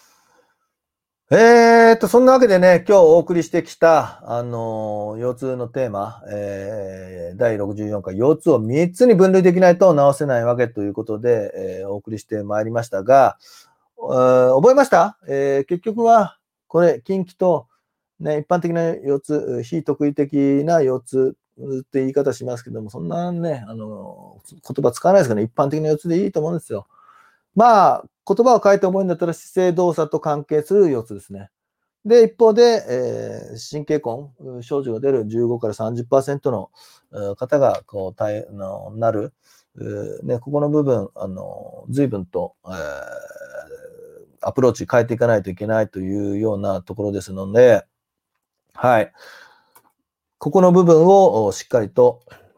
そんなわけでね、今日お送りしてきた、腰痛のテーマ、第64回、腰痛を3つに分類できないと治せないわけということで、お送りしてまいりましたが、覚えました？結局は、これ、近畿と、ね、一般的な腰痛、非特異的な腰痛って言い方しますけども、そんなね、言葉使わないですからね、一般的な腰痛でいいと思うんですよ。言葉を変えて思うんだったら姿勢動作と関係する腰痛ですね。で、一方で、神経根、症状が出る15から30%の方が、こう、なる、ね、ここの部分、随分と、アプローチ変えていかないといけないというようなところですので、はい。ここの部分をしっかりと、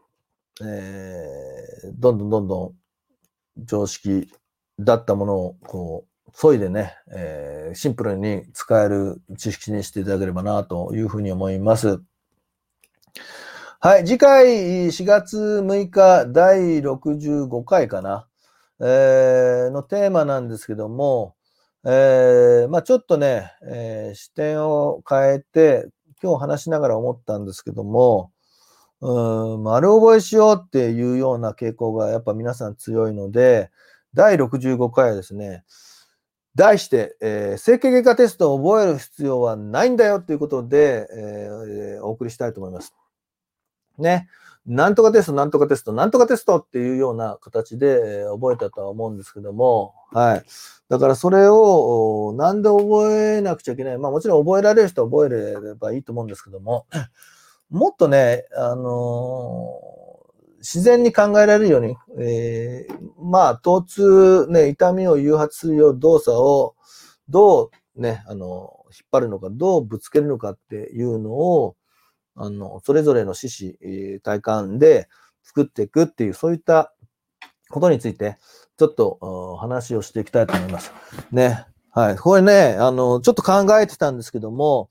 どんどん常識だったものを、こう、削いでね、シンプルに使える知識にしていただければな、というふうに思います。はい、次回4月6日第65回かな、のテーマなんですけども、ちょっとね、視点を変えて、 今日話しながら思ったんですけども、丸覚えしようっていうような傾向がやっぱ皆さん強いので、第65回はですね、題して、整形外科テストを覚える必要はないんだよということで、お送りしたいと思います。ね。なんとかテスト、なんとかテスト、なんとかテストっていうような形で、覚えたとは思うんですけども、はい。だからそれをなんで覚えなくちゃいけない。まあもちろん覚えられる人は覚えればいいと思うんですけども、もっとね、自然に考えられるように、まあ、疼痛、ね、痛みを誘発するような動作を、どうね、引っ張るのか、どうぶつけるのかっていうのを、それぞれの四肢、体幹で作っていくっていう、そういったことについて、ちょっと話をしていきたいと思います。ね。はい。これね、ちょっと考えてたんですけども、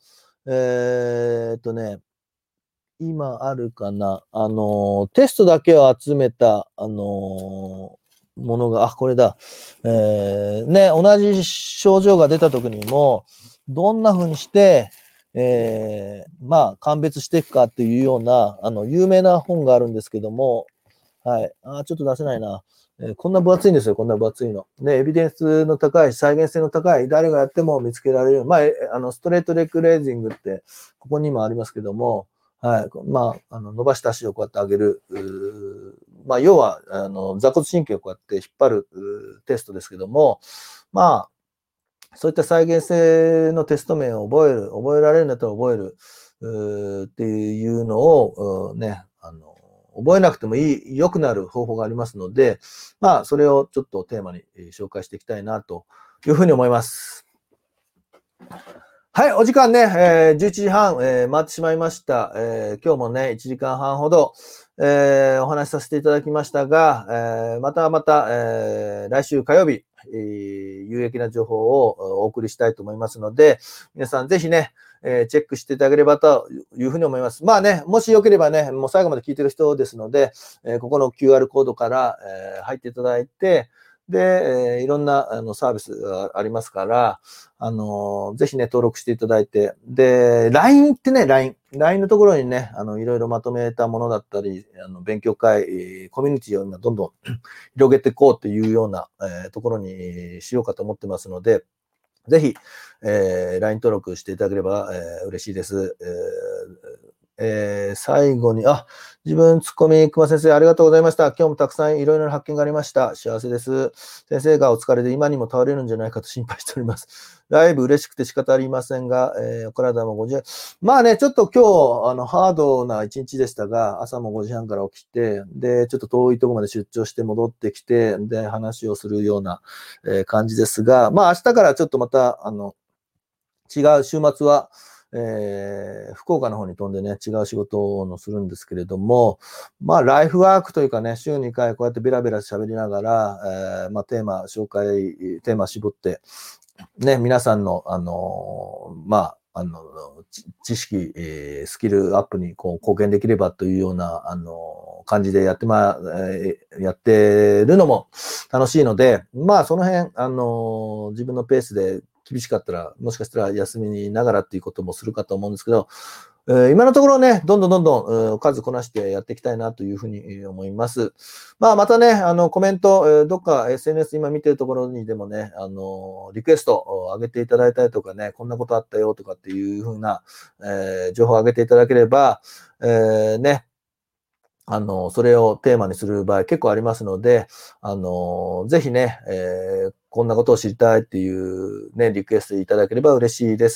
今あるかな。テストだけを集めた、ものが、これだ。ね、同じ症状が出た時にも、どんな風にして、まあ、鑑別していくかっていうような、有名な本があるんですけども、はい。ちょっと出せないな。こんな分厚いんですよ、こんな分厚いの。ね、エビデンスの高い、再現性の高い、誰がやっても見つけられる。まあ、ストレートレッグレイジングって、ここにもありますけども、はい。まあ、伸ばした足をこうやって上げる。まあ、要は、座骨神経をこうやって引っ張るテストですけども、まあ、そういった再現性のテスト面を覚えられるんだったら覚えるっていうのをね、覚えなくても良くなる方法がありますので、まあ、それをちょっとテーマに紹介していきたいなというふうに思います。はい、お時間ね、11時半、回ってしまいました。今日もね、1時間半ほど、お話しさせていただきましたが、また、来週火曜日、有益な情報をお送りしたいと思いますので、皆さんぜひね、チェックしていただければというふうに思います。まあね、もしよければね、もう最後まで聞いてる人ですので、ここの QR コードから、入っていただいて、で、いろんなサービスがありますから、ぜひね、登録していただいて、で、LINE ってね、LINE のところにね、いろいろまとめたものだったり、勉強会、コミュニティを今どんどん広げていこうというような、ところにしようかと思ってますので、ぜひ、LINE 登録していただければ、嬉しいです。最後に、自分ツッコミ、熊先生、ありがとうございました。今日もたくさんいろいろな発見がありました。幸せです。先生がお疲れで今にも倒れるんじゃないかと心配しております。ライブ嬉しくて仕方ありませんが、お体も5時半。まあね、ちょっと今日、ハードな一日でしたが、朝も5時半から起きて、で、ちょっと遠いところまで出張して戻ってきて、で、話をするような、感じですが、まあ明日からちょっとまた、違う週末は、福岡の方に飛んでね、違う仕事をするんですけれども、まあ、ライフワークというかね、週2回こうやってベラベラ喋りながら、まあ、テーマ絞って、ね、皆さんの、まあ、知識、スキルアップにこう貢献できればというような、感じでやってるのも楽しいので、まあ、その辺、自分のペースで厳しかったら、もしかしたら休みながらっていうこともするかと思うんですけど、今のところね、どんどん数こなしてやっていきたいなというふうに思います。まあ、またね、コメント、どっか SNS 今見てるところにでもね、リクエストを上げていただいたりとかね、こんなことあったよとかっていうふうな、情報を上げていただければ、ね、それをテーマにする場合結構ありますので、ぜひね、こんなことを知りたいっていうね、リクエストいただければ嬉しいです。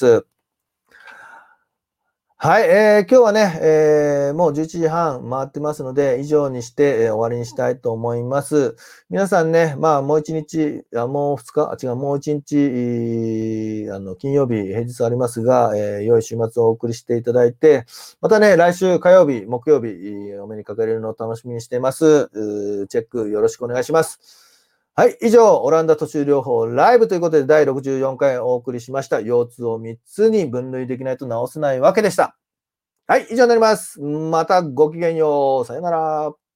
はい、今日はね、もう11時半回ってますので、以上にして、終わりにしたいと思います。皆さんね、まあもう1日、もう2日、もう1日、金曜日、平日ありますが、良い週末をお送りしていただいて、またね、来週火曜日、木曜日、お目にかかれるのを楽しみにしています。チェックよろしくお願いします。はい、以上、オランダ途中療法ライブということで第64回お送りしました。腰痛を3つに分類できないと治せないわけでした。はい、以上になります。またごきげんよう。さよなら。